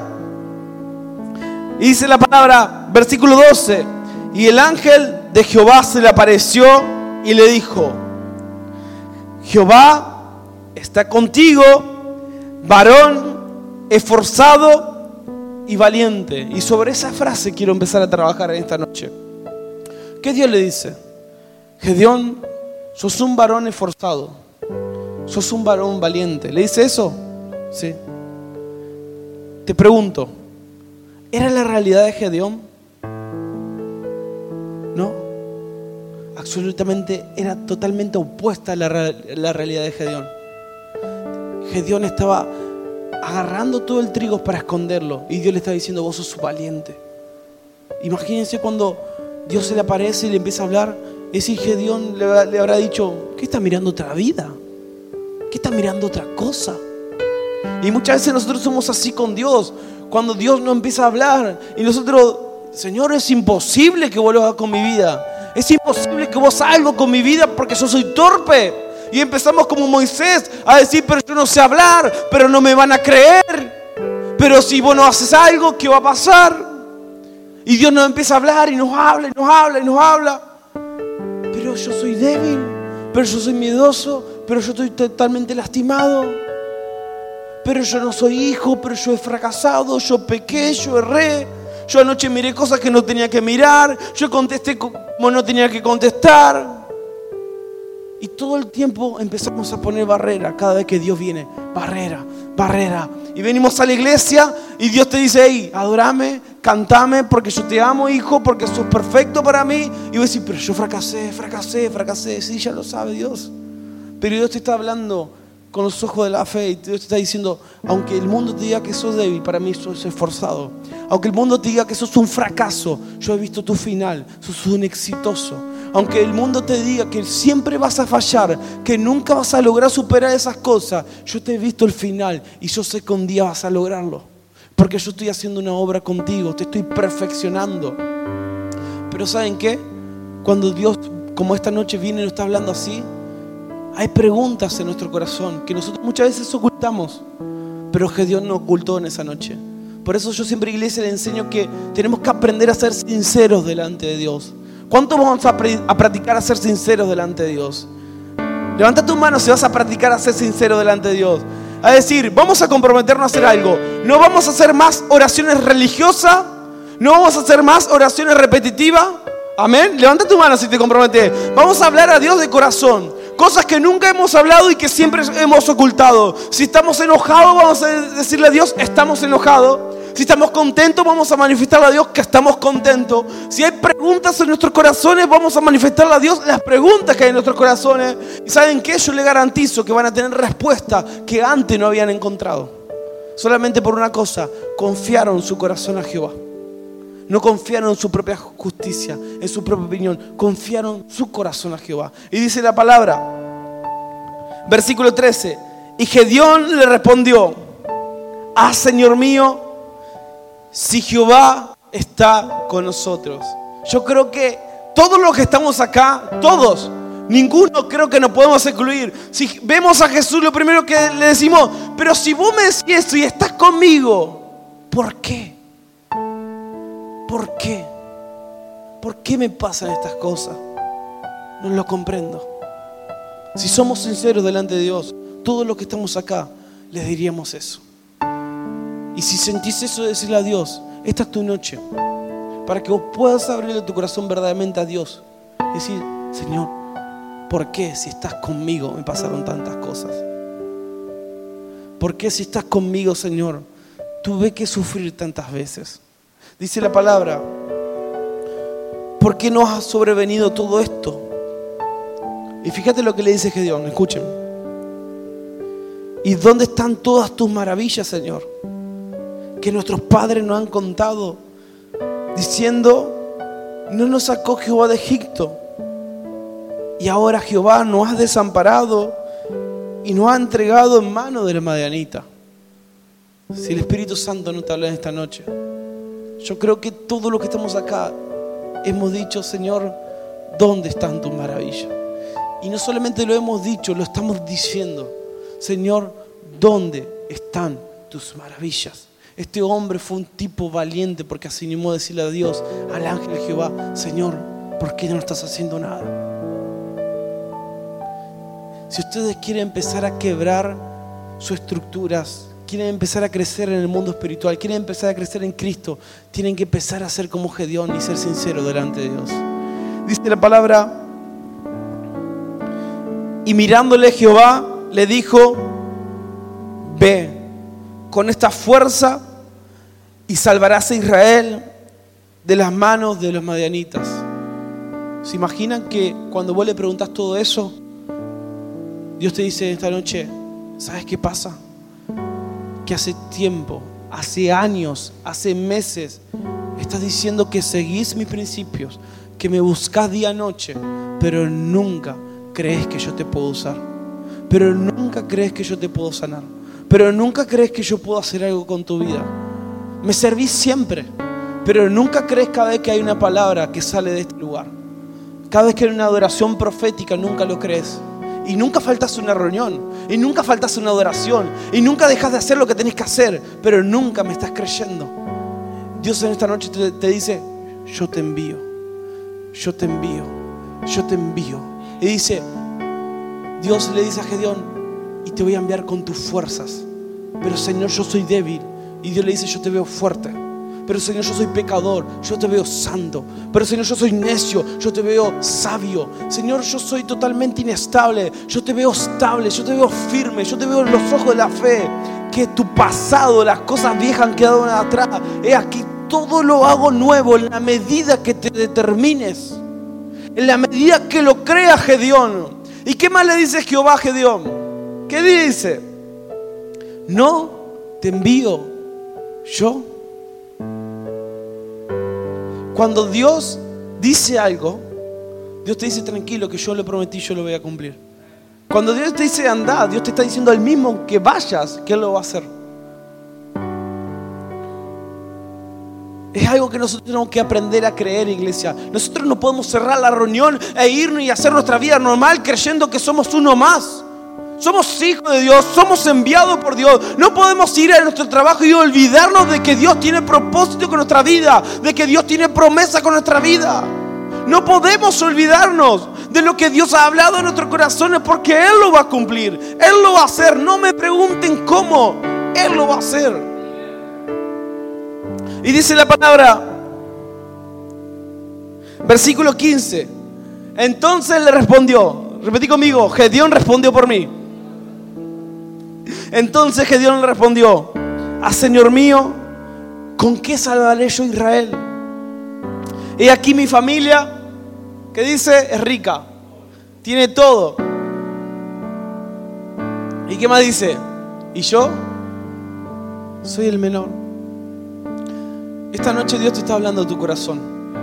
[SPEAKER 1] Y dice la palabra, versículo doce. Y el ángel de Jehová se le apareció y le dijo: Jehová está contigo, varón esforzado y valiente. Y sobre esa frase quiero empezar a trabajar en esta noche. ¿Qué Dios le dice? Gedeón, sos un varón esforzado, sos un varón valiente. ¿Le dice eso? Sí. Te pregunto, ¿era la realidad de Gedeón? No. Absolutamente, era totalmente opuesta a la, la realidad de Gedeón. Gedeón estaba agarrando todo el trigo para esconderlo. Y Dios le estaba diciendo: vos sos valiente. Imagínense cuando Dios se le aparece y le empieza a hablar. Ese Gedeón le, le habrá dicho: ¿qué está mirando otra vida? ¿Qué está mirando otra cosa? Y muchas veces nosotros somos así con Dios. Cuando Dios nos empieza a hablar y nosotros: Señor, es imposible que vos lo hagas con mi vida. Es imposible que vos hagas algo con mi vida porque yo soy torpe. Y empezamos como Moisés a decir: pero yo no sé hablar, pero no me van a creer. Pero si vos no haces algo, ¿qué va a pasar? Y Dios nos empieza a hablar y nos habla y nos habla y nos habla. Pero yo soy débil, pero yo soy miedoso, pero yo estoy totalmente lastimado. Pero yo no soy hijo, pero yo he fracasado, yo pequé, yo erré. Yo anoche miré cosas que no tenía que mirar. Yo contesté como no tenía que contestar. Y todo el tiempo empezamos a poner barrera. Cada vez que Dios viene, barrera, barrera. Y venimos a la iglesia y Dios te dice: hey, adorame, cantame, porque yo te amo, hijo, porque sos perfecto para mí. Y vos decís: pero yo fracasé, fracasé, fracasé. Sí, ya lo sabe Dios. Pero Dios te está hablando con los ojos de la fe y Dios te está diciendo: aunque el mundo te diga que sos débil, para mí sos esforzado. Aunque el mundo te diga que sos un fracaso, yo he visto tu final, sos un exitoso. Aunque el mundo te diga que siempre vas a fallar, que nunca vas a lograr superar esas cosas, yo te he visto el final y yo sé que un día vas a lograrlo. Porque yo estoy haciendo una obra contigo, te estoy perfeccionando. Pero ¿saben qué? Cuando Dios, como esta noche, viene y nos está hablando así, hay preguntas en nuestro corazón que nosotros muchas veces ocultamos, pero que Dios no ocultó en esa noche. Por eso yo siempre a la iglesia le enseño que tenemos que aprender a ser sinceros delante de Dios. ¿Cuánto vamos a, pre- a practicar a ser sinceros delante de Dios? Levanta tu mano si vas a practicar a ser sincero delante de Dios. A decir, vamos a comprometernos a hacer algo. No vamos a hacer más oraciones religiosas. No vamos a hacer más oraciones repetitivas. Amén. Levanta tu mano si te comprometes. Vamos a hablar a Dios de corazón. Cosas que nunca hemos hablado y que siempre hemos ocultado. Si estamos enojados, vamos a decirle a Dios: estamos enojados. Si estamos contentos, vamos a manifestarle a Dios que estamos contentos. Si hay preguntas en nuestros corazones, vamos a manifestarle a Dios las preguntas que hay en nuestros corazones. ¿Y saben qué? Yo les garantizo que van a tener respuesta que antes no habían encontrado. Solamente por una cosa: confiaron su corazón a Jehová. No confiaron en su propia justicia, en su propia opinión. Confiaron su corazón a Jehová. Y dice la palabra, versículo trece: y Gedeón le respondió: ah, Señor mío, si Jehová está con nosotros. Yo creo que todos los que estamos acá, todos, ninguno creo que nos podemos excluir. Si vemos a Jesús, lo primero que le decimos: pero si vos me decís esto y estás conmigo, ¿por qué? ¿Por qué? ¿Por qué me pasan estas cosas? No lo comprendo. Si somos sinceros delante de Dios, todos los que estamos acá les diríamos eso. Y si sentís eso, decirle a Dios: esta es tu noche, para que vos puedas abrirle tu corazón verdaderamente a Dios. Y decir: Señor, ¿por qué si estás conmigo me pasaron tantas cosas? ¿Por qué si estás conmigo, Señor, tuve que sufrir tantas veces? Dice la palabra: ¿por qué nos ha sobrevenido todo esto? Y fíjate lo que le dice Gedeón, escuchen. ¿Y dónde están todas tus maravillas, Señor? que nuestros padres nos han contado, diciendo: no nos sacó Jehová de Egipto, y ahora Jehová nos ha desamparado y nos ha entregado en manos de la madianita. Si el Espíritu Santo no te habla en esta noche, yo creo que todos los que estamos acá hemos dicho: Señor, ¿dónde están tus maravillas? Y no solamente lo hemos dicho, lo estamos diciendo: Señor, ¿dónde están tus maravillas? Este hombre fue un tipo valiente, porque así animó a decirle a Dios, al ángel de Jehová: Señor, ¿por qué no estás haciendo nada? Si ustedes quieren empezar a quebrar sus estructuras, quieren empezar a crecer en el mundo espiritual, quieren empezar a crecer en Cristo, tienen que empezar a ser como Gedeón y ser sinceros delante de Dios. Dice la palabra: y mirándole Jehová le dijo: ve con esta fuerza y salvarás a Israel de las manos de los madianitas. ¿Se imaginan que cuando vos le preguntás todo eso, Dios te dice esta noche: ¿sabes qué pasa? Que hace tiempo, hace años, hace meses estás diciendo que seguís mis principios, que me buscás día y noche, pero nunca crees que yo te puedo usar, pero nunca crees que yo te puedo sanar, pero nunca crees que yo puedo hacer algo con tu vida. Me servís siempre, pero nunca crees cada vez que hay una palabra que sale de este lugar. Cada vez que hay una adoración profética, nunca lo crees. Y nunca faltas una reunión, y nunca faltas una adoración, y nunca dejas de hacer lo que tenés que hacer, pero nunca me estás creyendo. Dios en esta noche te, te dice: yo te envío, yo te envío, yo te envío. Y dice, Dios le dice a Gedeón: y te voy a enviar con tus fuerzas. Pero Señor, yo soy débil. Y Dios le dice: yo te veo fuerte. Pero Señor, yo soy pecador, yo te veo santo. Pero Señor, yo soy necio, yo te veo sabio. Señor, yo soy totalmente inestable, yo te veo estable, yo te veo firme, yo te veo en los ojos de la fe. Que tu pasado, las cosas viejas han quedado atrás. He aquí, todo lo hago nuevo en la medida que te determines, en la medida que lo creas, Gedeón. ¿Y qué más le dice Jehová a Gedeón? ¿Qué dice? No te envío yo. Cuando Dios dice algo, Dios te dice: tranquilo, que yo le prometí, yo lo voy a cumplir. Cuando Dios te dice anda, Dios te está diciendo al mismo que vayas, que Él lo va a hacer. Es algo que nosotros tenemos que aprender a creer, iglesia. Nosotros no podemos cerrar la reunión e irnos y hacer nuestra vida normal creyendo que somos uno más. Somos hijos de Dios, somos enviados por Dios. No podemos ir a nuestro trabajo y olvidarnos de que Dios tiene propósito con nuestra vida, de que Dios tiene promesa con nuestra vida. No podemos olvidarnos de lo que Dios ha hablado en nuestros corazones, porque Él lo va a cumplir, Él lo va a hacer. No me pregunten cómo, Él lo va a hacer. Y dice la palabra, versículo quince: entonces le respondió, repetí conmigo, Gedeón respondió por mí. Entonces Gedeón le respondió: ah, Señor mío, ¿con qué salvaré yo a Israel? He aquí mi familia, que dice, es rica, tiene todo. ¿Y qué más dice? Y yo soy el menor. Esta noche Dios te está hablando a tu corazón.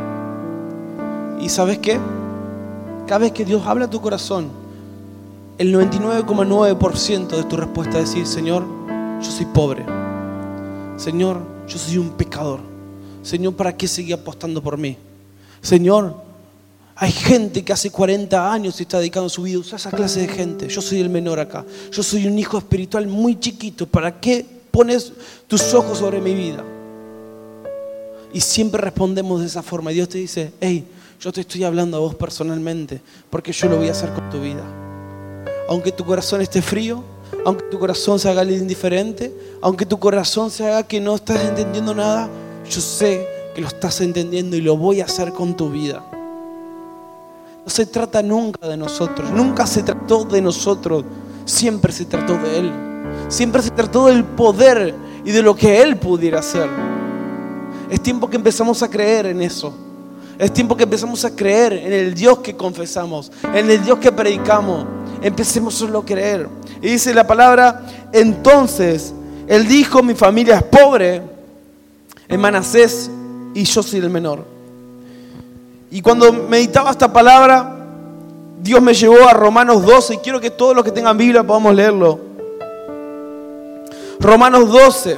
[SPEAKER 1] ¿Y sabes qué? Cada vez que Dios habla a tu corazón, el noventa y nueve coma nueve por ciento de tu respuesta es decir: Señor, yo soy pobre. Señor, yo soy un pecador. Señor, ¿para qué seguir apostando por mí? Señor, hay gente que hace cuarenta años y está dedicando su vida. Usa esa clase de gente. Yo soy el menor acá. Yo soy un hijo espiritual muy chiquito. ¿Para qué pones tus ojos sobre mi vida? Y siempre respondemos de esa forma. Y Dios te dice: hey, yo te estoy hablando a vos personalmente, porque yo lo voy a hacer con tu vida. Aunque tu corazón esté frío, aunque tu corazón se haga indiferente, aunque tu corazón se haga que no estás entendiendo nada, yo sé que lo estás entendiendo y lo voy a hacer con tu vida. No se trata nunca de nosotros, nunca se trató de nosotros, siempre se trató de Él. Siempre se trató del poder y de lo que Él pudiera hacer. Es tiempo que empezamos a creer en eso. Es tiempo que empezamos a creer en el Dios que confesamos, en el Dios que predicamos. Empecemos solo a creer. Y dice la palabra: entonces Él dijo: mi familia es pobre en Manasés y yo soy el menor. Y cuando meditaba esta palabra, Dios me llevó a Romanos doce, y quiero que todos los que tengan Biblia podamos leerlo. Romanos doce,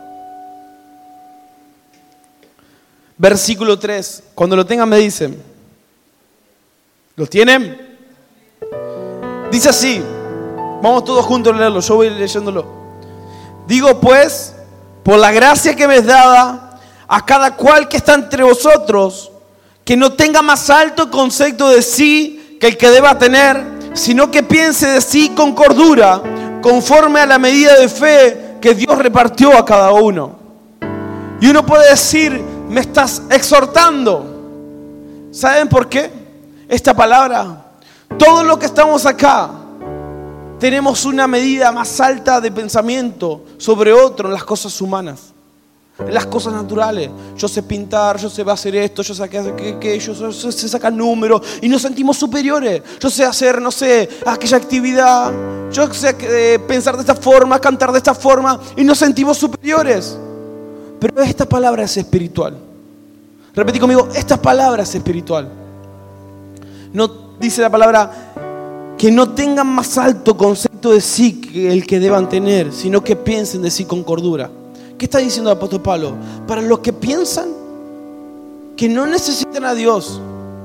[SPEAKER 1] versículo tres. Cuando lo tengan me dicen. ¿Los tienen? Dice así, vamos todos juntos a leerlo, yo voy leyéndolo. Digo pues, por la gracia que me es dada, a cada cual que está entre vosotros, que no tenga más alto concepto de sí que el que deba tener, sino que piense de sí con cordura, conforme a la medida de fe que Dios repartió a cada uno. Y uno puede decir, me estás exhortando. ¿Saben por qué? Esta palabra, todos los que estamos acá, tenemos una medida más alta de pensamiento sobre otro en las cosas humanas, en las cosas naturales. Yo sé pintar, yo sé hacer esto, yo sé que, que yo sé, sé sacar números y nos sentimos superiores. Yo sé hacer, no sé, aquella actividad, yo sé eh, pensar de esta forma, cantar de esta forma y nos sentimos superiores. Pero esta palabra es espiritual. Repetí conmigo, esta palabra es espiritual. No dice la palabra que no tengan más alto concepto de sí que el que deban tener, sino que piensen de sí con cordura. ¿Qué está diciendo el apóstol Pablo? Para los que piensan que no necesitan a Dios,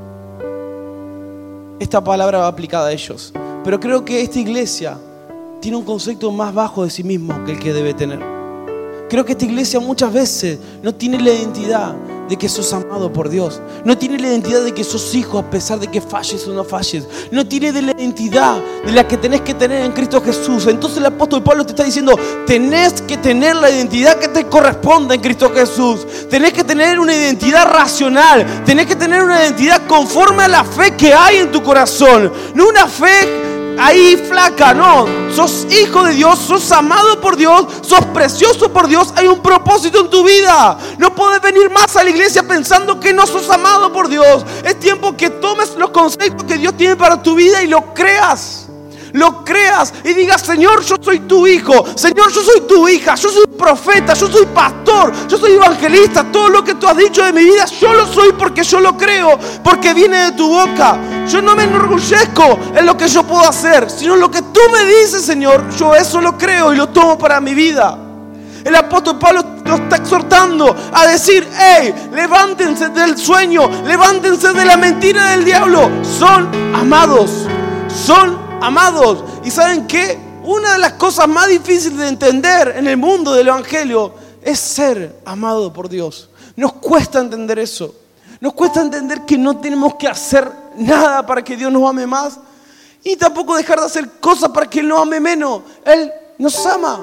[SPEAKER 1] esta palabra va aplicada a ellos. Pero creo que esta iglesia tiene un concepto más bajo de sí mismo que el que debe tener. Creo que esta iglesia muchas veces no tiene la identidad de que sos amado por Dios. No tiene la identidad de que sos hijo a pesar de que falles o no falles. No tiene de la identidad de la que tenés que tener en Cristo Jesús. Entonces el apóstol Pablo te está diciendo, tenés que tener la identidad que te corresponde en Cristo Jesús. Tenés que tener una identidad racional. Tenés que tener una identidad conforme a la fe que hay en tu corazón. No una fe ahí flaca, no. Sos hijo de Dios, sos amado por Dios, sos precioso por Dios. Hay un propósito en tu vida. No puedes venir más a la iglesia pensando que no sos amado por Dios. Es tiempo que tomes los conceptos que Dios tiene para tu vida y lo creas. Lo creas y digas, Señor, yo soy tu hijo. Señor, yo soy tu hija. Yo soy profeta, yo soy pastor, yo soy evangelista. Todo lo que tú has dicho de mi vida, yo lo soy porque yo lo creo, porque viene de tu boca. Yo no me enorgullezco en lo que yo puedo hacer, sino lo que tú me dices, Señor, yo eso lo creo y lo tomo para mi vida. El apóstol Pablo lo está exhortando a decir, hey, levántense del sueño, levántense de la mentira del diablo. Son amados, son amados. ¿Y saben qué? Una de las cosas más difíciles de entender en el mundo del evangelio es ser amado por Dios. Nos cuesta entender eso. Nos cuesta entender que no tenemos que hacer nada para que Dios nos ame más y tampoco dejar de hacer cosas para que Él nos ame menos. Él nos ama.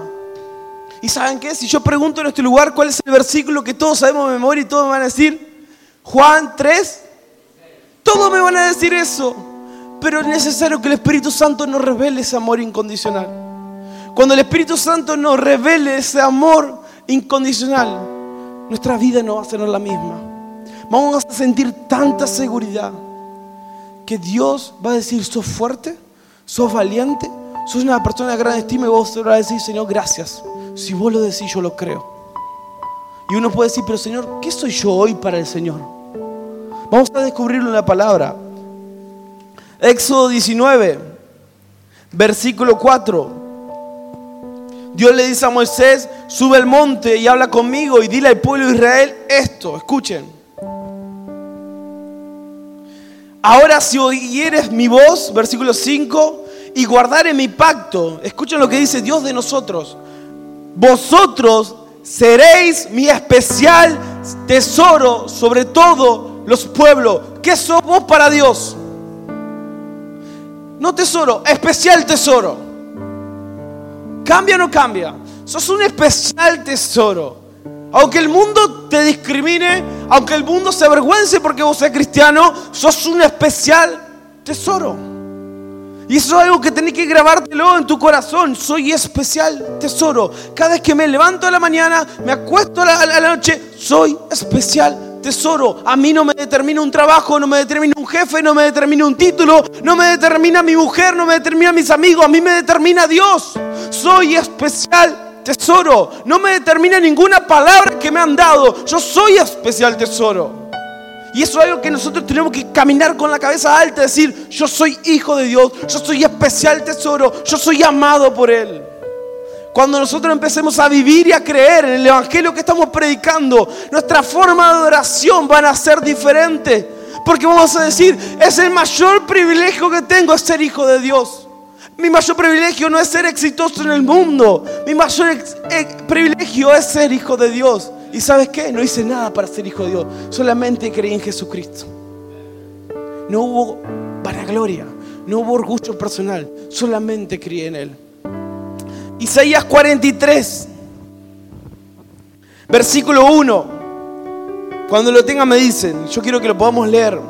[SPEAKER 1] ¿Y saben qué? Si yo pregunto en este lugar cuál es el versículo que todos sabemos de memoria y todos me van a decir Juan tres, todos me van a decir eso. Pero es necesario que el Espíritu Santo nos revele ese amor incondicional. Cuando el Espíritu Santo nos revele ese amor incondicional, nuestra vida no va a ser la misma. Vamos a sentir tanta seguridad que Dios va a decir, sos fuerte, sos valiente, sos una persona de gran estima, y vos vas a decir, Señor, gracias. Si vos lo decís, yo lo creo. Y uno puede decir, pero Señor, ¿qué soy yo hoy para el Señor? Vamos a descubrirlo en la palabra. Éxodo diecinueve, versículo cuatro. Dios le dice a Moisés, sube al monte y habla conmigo y dile al pueblo de Israel esto. Escuchen. Ahora si oyeres mi voz, versículo cinco, y guardare mi pacto. Escuchen lo que dice Dios de nosotros. Vosotros seréis mi especial tesoro sobre todos los pueblos. ¿Qué somos para Dios? No tesoro, especial tesoro. ¿Cambia o no cambia? Sos un especial tesoro. Aunque el mundo te discrimine, aunque el mundo se avergüence porque vos seas cristiano, sos un especial tesoro. Y eso es algo que tenés que grabártelo en tu corazón. Soy especial tesoro. Cada vez que me levanto a la mañana, me acuesto a la, a la noche, soy especial tesoro. A mí no me determina un trabajo, no me determina un jefe, no me determina un título, no me determina mi mujer, no me determina mis amigos, a mí me determina Dios. Soy especial tesoro. No me determina ninguna palabra que me han dado. Yo soy especial tesoro. Y eso es algo que nosotros tenemos que caminar con la cabeza alta, decir, yo soy hijo de Dios, yo soy especial tesoro, yo soy amado por Él. Cuando nosotros empecemos a vivir y a creer en el evangelio que estamos predicando, nuestra forma de oración van a ser diferente. Porque vamos a decir, es el mayor privilegio que tengo, es ser hijo de Dios. Mi mayor privilegio no es ser exitoso en el mundo. Mi mayor ex- ex- privilegio es ser hijo de Dios. ¿Y sabes qué? No hice nada para ser hijo de Dios. Solamente creí en Jesucristo. No hubo vanagloria, no hubo orgullo personal. Solamente creí en Él. Isaías cuarenta y tres, versículo uno. Cuando lo tengan me dicen. Yo quiero que lo podamos leer.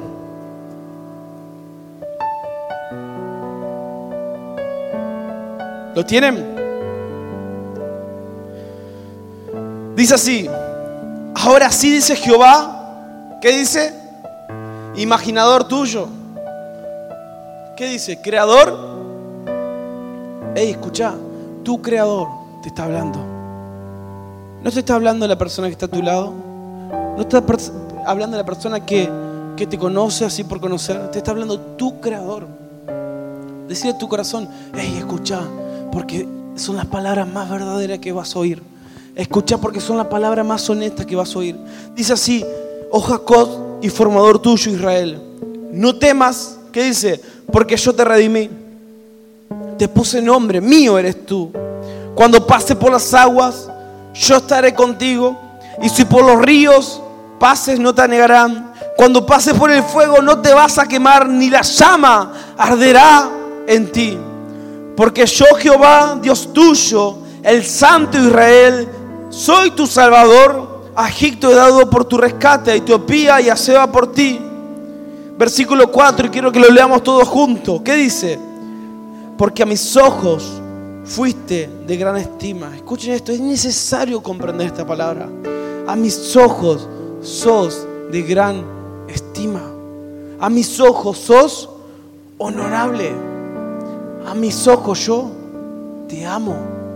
[SPEAKER 1] ¿Lo tienen? Dice así. Ahora sí, dice Jehová. ¿Qué dice? Imaginador tuyo. ¿Qué dice? Creador. Ey, escucha. Tu creador te está hablando. No te está hablando la persona que está a tu lado. No está pers- hablando la persona que, que te conoce así por conocer. Te está hablando tu creador. Decide a tu corazón. Ey, escucha. Porque son las palabras más verdaderas que vas a oír. Escucha porque son las palabras más honestas que vas a oír. Dice así, oh Jacob y formador tuyo Israel, no temas, ¿qué dice? Porque yo te redimí. Te puse nombre, mío eres tú. Cuando pase por las aguas, yo estaré contigo. Y si por los ríos pases, no te anegarán. Cuando pases por el fuego, no te vas a quemar, ni la llama arderá en ti. Porque yo, Jehová, Dios tuyo, el Santo Israel, soy tu Salvador. A Egipto he dado por tu rescate, a Etiopía y a Seba por ti. Versículo cuatro, y quiero que lo leamos todos juntos. ¿Qué dice? Porque a mis ojos fuiste de gran estima. Escuchen esto, es necesario comprender esta palabra. A mis ojos sos de gran estima. A mis ojos sos honorable. A mis ojos yo te amo.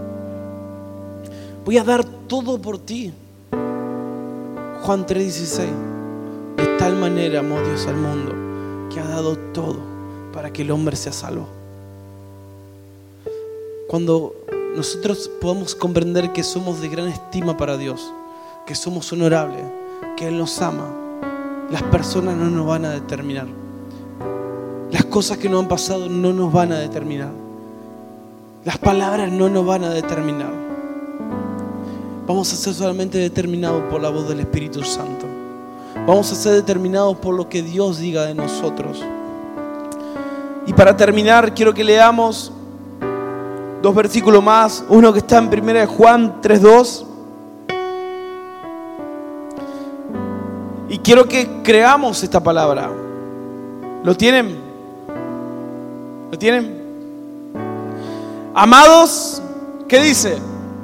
[SPEAKER 1] Voy a dar todo por ti. Juan tres dieciséis. De tal manera amó Dios al mundo que ha dado todo para que el hombre sea salvo. Cuando nosotros podamos comprender que somos de gran estima para Dios, que somos honorables, que Él nos ama, las personas no nos van a determinar. Las cosas que nos han pasado no nos van a determinar. Las palabras no nos van a determinar. Vamos a ser solamente determinados por la voz del Espíritu Santo. Vamos a ser determinados por lo que Dios diga de nosotros. Y para terminar, quiero que leamos dos versículos más. Uno que está en primera de Juan tres dos. Y quiero que creamos esta palabra. ¿Lo tienen? ¿Lo tienen? Amados, ¿qué dice?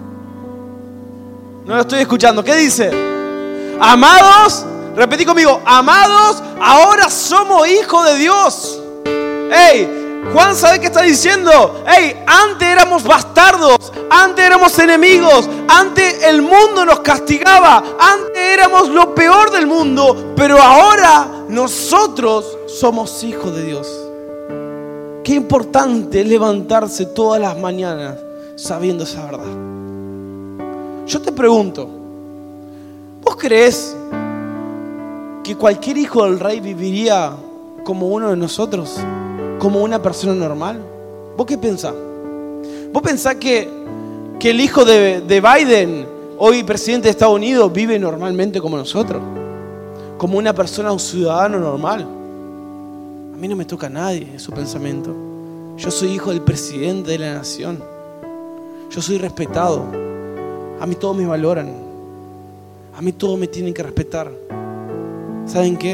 [SPEAKER 1] No lo estoy escuchando. ¿Qué dice? Amados, repetí conmigo. Amados, ahora somos hijos de Dios. Ey, Juan, ¿sabe qué está diciendo? Ey, antes éramos bastardos, antes éramos enemigos, antes el mundo nos castigaba, antes éramos lo peor del mundo, pero ahora nosotros somos hijos de Dios. Qué importante es levantarse todas las mañanas sabiendo esa verdad. Yo te pregunto, ¿vos creés que cualquier hijo del rey viviría como uno de nosotros? ¿Como una persona normal? ¿Vos qué pensás? ¿Vos pensás que, que el hijo de, de Biden, hoy presidente de Estados Unidos, vive normalmente como nosotros? Como una persona, un ciudadano normal. A mí no me toca a nadie su pensamiento. Yo soy hijo del presidente de la nación. Yo soy respetado. A mí todos me valoran. A mí todos me tienen que respetar. ¿Saben qué?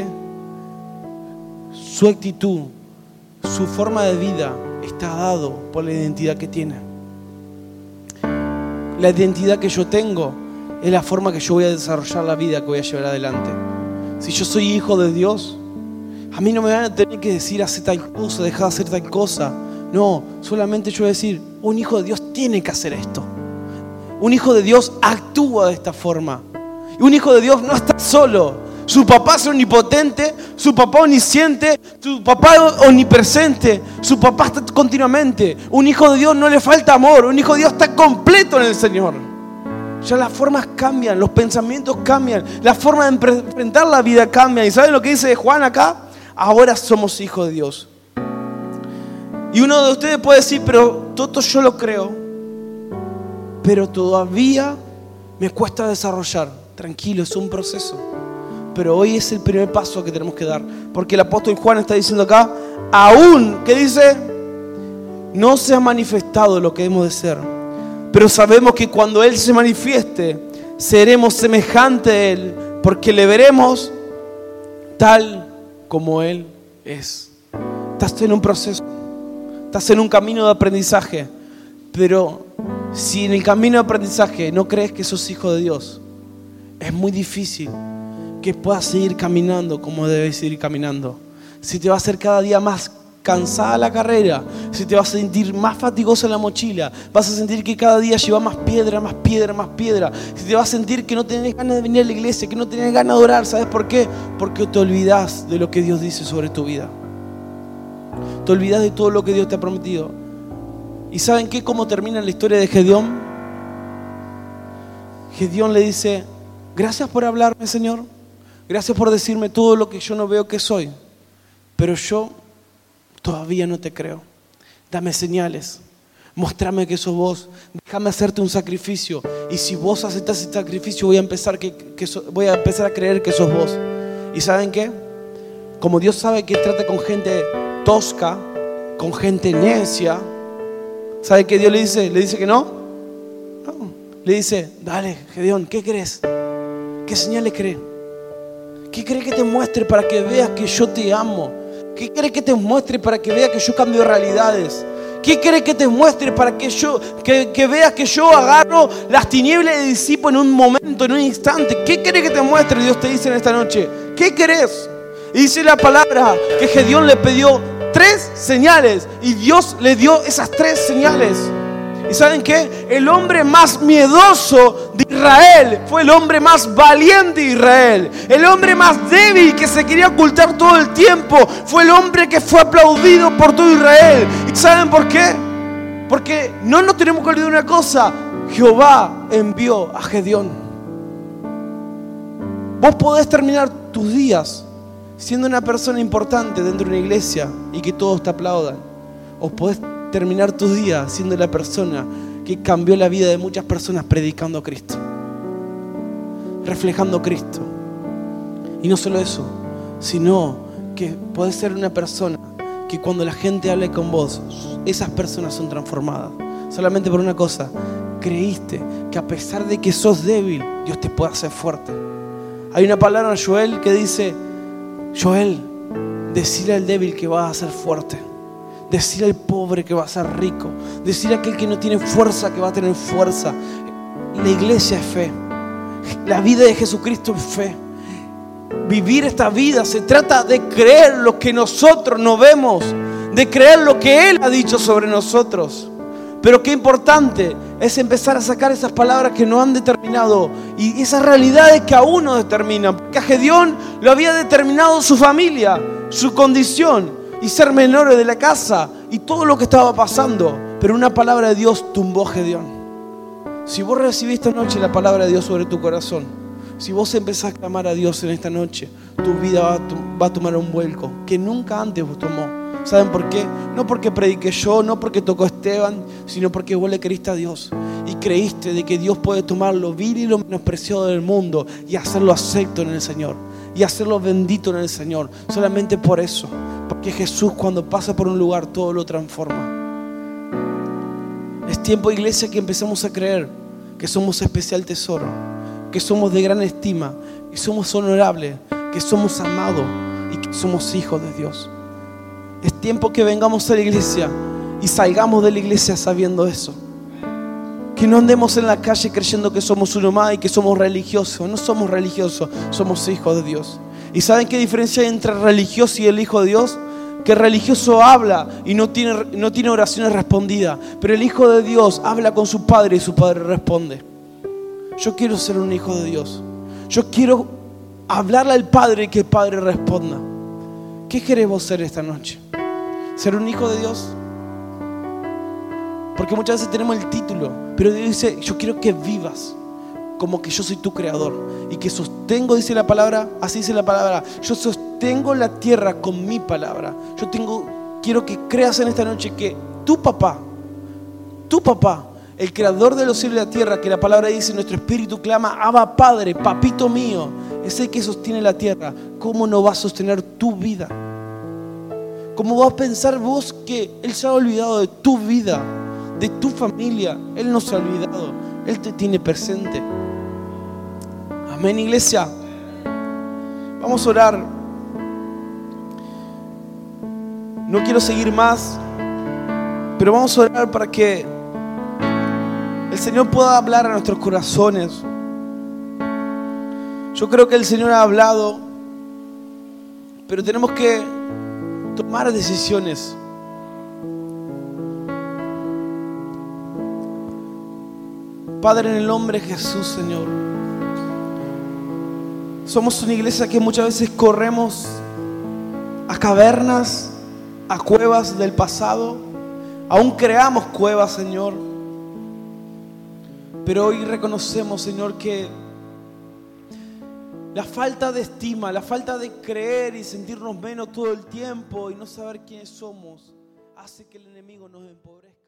[SPEAKER 1] Su actitud, su forma de vida está dado por la identidad que tiene. La identidad que yo tengo es la forma que yo voy a desarrollar la vida que voy a llevar adelante. Si yo soy hijo de Dios, a mí no me van a tener que decir hacer tal cosa, dejar de hacer tal cosa. No, solamente yo voy a decir, un hijo de Dios tiene que hacer esto. Un hijo de Dios actúa de esta forma. Y un hijo de Dios no está solo. Su papá es omnipotente, su papá omnisciente, su papá omnipresente, su papá está continuamente. Un hijo de Dios no le falta amor, un hijo de Dios está completo en el Señor. Ya las formas cambian, los pensamientos cambian, la forma de enfrentar la vida cambia. ¿Y saben lo que dice Juan acá? Ahora somos hijos de Dios. Y uno de ustedes puede decir, pero todo yo lo creo, pero todavía me cuesta desarrollar. Tranquilo, es un proceso. Pero hoy es el primer paso que tenemos que dar. Porque el apóstol Juan está diciendo acá, aún, ¿qué dice? No se ha manifestado lo que hemos de ser. Pero sabemos que cuando Él se manifieste, seremos semejantes a Él, porque le veremos tal como Él es. Estás en un proceso, estás en un camino de aprendizaje, pero si en el camino de aprendizaje no crees que sos hijo de Dios, es muy difícil que puedas seguir caminando como debes ir caminando. Si te va a hacer cada día más cansada la carrera, si te vas a sentir más fatigosa la mochila, vas a sentir que cada día lleva más piedra, más piedra, más piedra, si te vas a sentir que no tenés ganas de venir a la iglesia, que no tenés ganas de orar, ¿sabes por qué? Porque te olvidás de lo que Dios dice sobre tu vida. Te olvidás de todo lo que Dios te ha prometido. ¿Y saben qué? ¿Cómo termina la historia de Gedeón? Gedeón le dice, gracias por hablarme, Señor. Gracias por decirme todo lo que yo no veo que soy. Pero yo todavía no te creo. Dame señales. Mostrame que sos vos. Déjame hacerte un sacrificio. Y si vos aceptás ese sacrificio, voy a empezar, que, que so, voy a empezar a creer que sos vos. ¿Y saben qué? Como Dios sabe que trata con gente tosca, con gente necia, ¿sabe qué Dios le dice? ¿Le dice que no? No. Le dice, dale, Gedeón, ¿qué crees? ¿Qué señales crees? ¿Qué crees que te muestre para que veas que yo te amo? ¿Qué crees que te muestre para que veas que yo cambio realidades? ¿Qué crees que te muestre para que yo que, que veas que yo agarro las tinieblas y disipo en un momento, en un instante? ¿Qué crees que te muestre? Dios te dice en esta noche. ¿Qué querés? Y dice la palabra que Gedeón le pidió tres señales y Dios le dio esas tres señales. ¿Y saben qué? El hombre más miedoso de Israel fue el hombre más valiente de Israel. El hombre más débil que se quería ocultar todo el tiempo fue el hombre que fue aplaudido por todo Israel. ¿Y saben por qué? Porque no nos tenemos que olvidar una cosa. Jehová envió a Gedeón. Vos podés terminar tus días siendo una persona importante dentro de una iglesia y que todos te aplaudan. O podés terminar tus días siendo la persona que cambió la vida de muchas personas predicando a Cristo, reflejando a Cristo. Y no solo eso, sino que podés ser una persona que cuando la gente hable con vos, esas personas son transformadas. Solamente por una cosa, creíste que a pesar de que sos débil, Dios te puede hacer fuerte. Hay una palabra en Joel que dice, Joel, decile al débil que va a ser fuerte. Decirle al pobre que va a ser rico. Decirle a aquel que no tiene fuerza que va a tener fuerza. La iglesia es fe. La vida de Jesucristo es fe. Vivir esta vida se trata de creer lo que nosotros no vemos, de creer lo que Él ha dicho sobre nosotros. Pero qué importante es empezar a sacar esas palabras que no han determinado y esas realidades que aún no determinan. Porque a Gedeón lo había determinado su familia, su condición y ser menores de la casa y todo lo que estaba pasando. Pero una palabra de Dios tumbó a Gedeón. Si vos recibiste esta noche la palabra de Dios sobre tu corazón, si vos empezás a clamar a Dios en esta noche, tu vida va a, va a tomar un vuelco que nunca antes vos tomó. ¿Saben por qué? No porque prediqué yo, no porque tocó Esteban, sino porque vos le creíste a Dios y creíste de que Dios puede tomar lo vil y lo menospreciado del mundo y hacerlo acepto en el Señor y hacerlo bendito en el Señor. Solamente por eso, porque Jesús cuando pasa por un lugar todo lo transforma. Es tiempo, iglesia, que empecemos a creer que somos especial tesoro, que somos de gran estima, que somos honorables, que somos amados y que somos hijos de Dios. Es tiempo que vengamos a la iglesia y salgamos de la iglesia sabiendo eso. Que no andemos en la calle creyendo que somos uno más y que somos religiosos. No somos religiosos, somos hijos de Dios. ¿Y saben qué diferencia hay entre religioso y el hijo de Dios? Que el religioso habla y no tiene, no tiene oraciones respondidas, pero el hijo de Dios habla con su padre y su padre responde. Yo quiero ser un hijo de Dios. Yo quiero hablarle al Padre y que el Padre responda. ¿Qué querés vos ser esta noche? ¿Ser un hijo de Dios? Porque muchas veces tenemos el título, pero Dios dice, yo quiero que vivas como que yo soy tu creador y que sostengo, dice la palabra, así dice la palabra, yo sostengo la tierra con mi palabra. Yo tengo, quiero que creas en esta noche que tu papá, tu papá, el creador de los cielos y la tierra, que la palabra dice, nuestro espíritu clama, Abba Padre, papito mío, es el que sostiene la tierra. ¿Cómo no va a sostener tu vida? ¿Cómo vas a pensar vos que Él se ha olvidado de tu vida, de tu familia? Él no se ha olvidado, Él te tiene presente. Amén, iglesia. Vamos a orar. No quiero seguir más, pero vamos a orar para que el Señor pueda hablar a nuestros corazones. Yo creo que el Señor ha hablado, pero tenemos que tomar decisiones. Padre, en el nombre de Jesús, Señor, somos una iglesia que muchas veces corremos a cavernas, a cuevas del pasado. Aún creamos cuevas, Señor, pero hoy reconocemos, Señor, que la falta de estima, la falta de creer y sentirnos menos todo el tiempo y no saber quiénes somos hace que el enemigo nos empobrezca.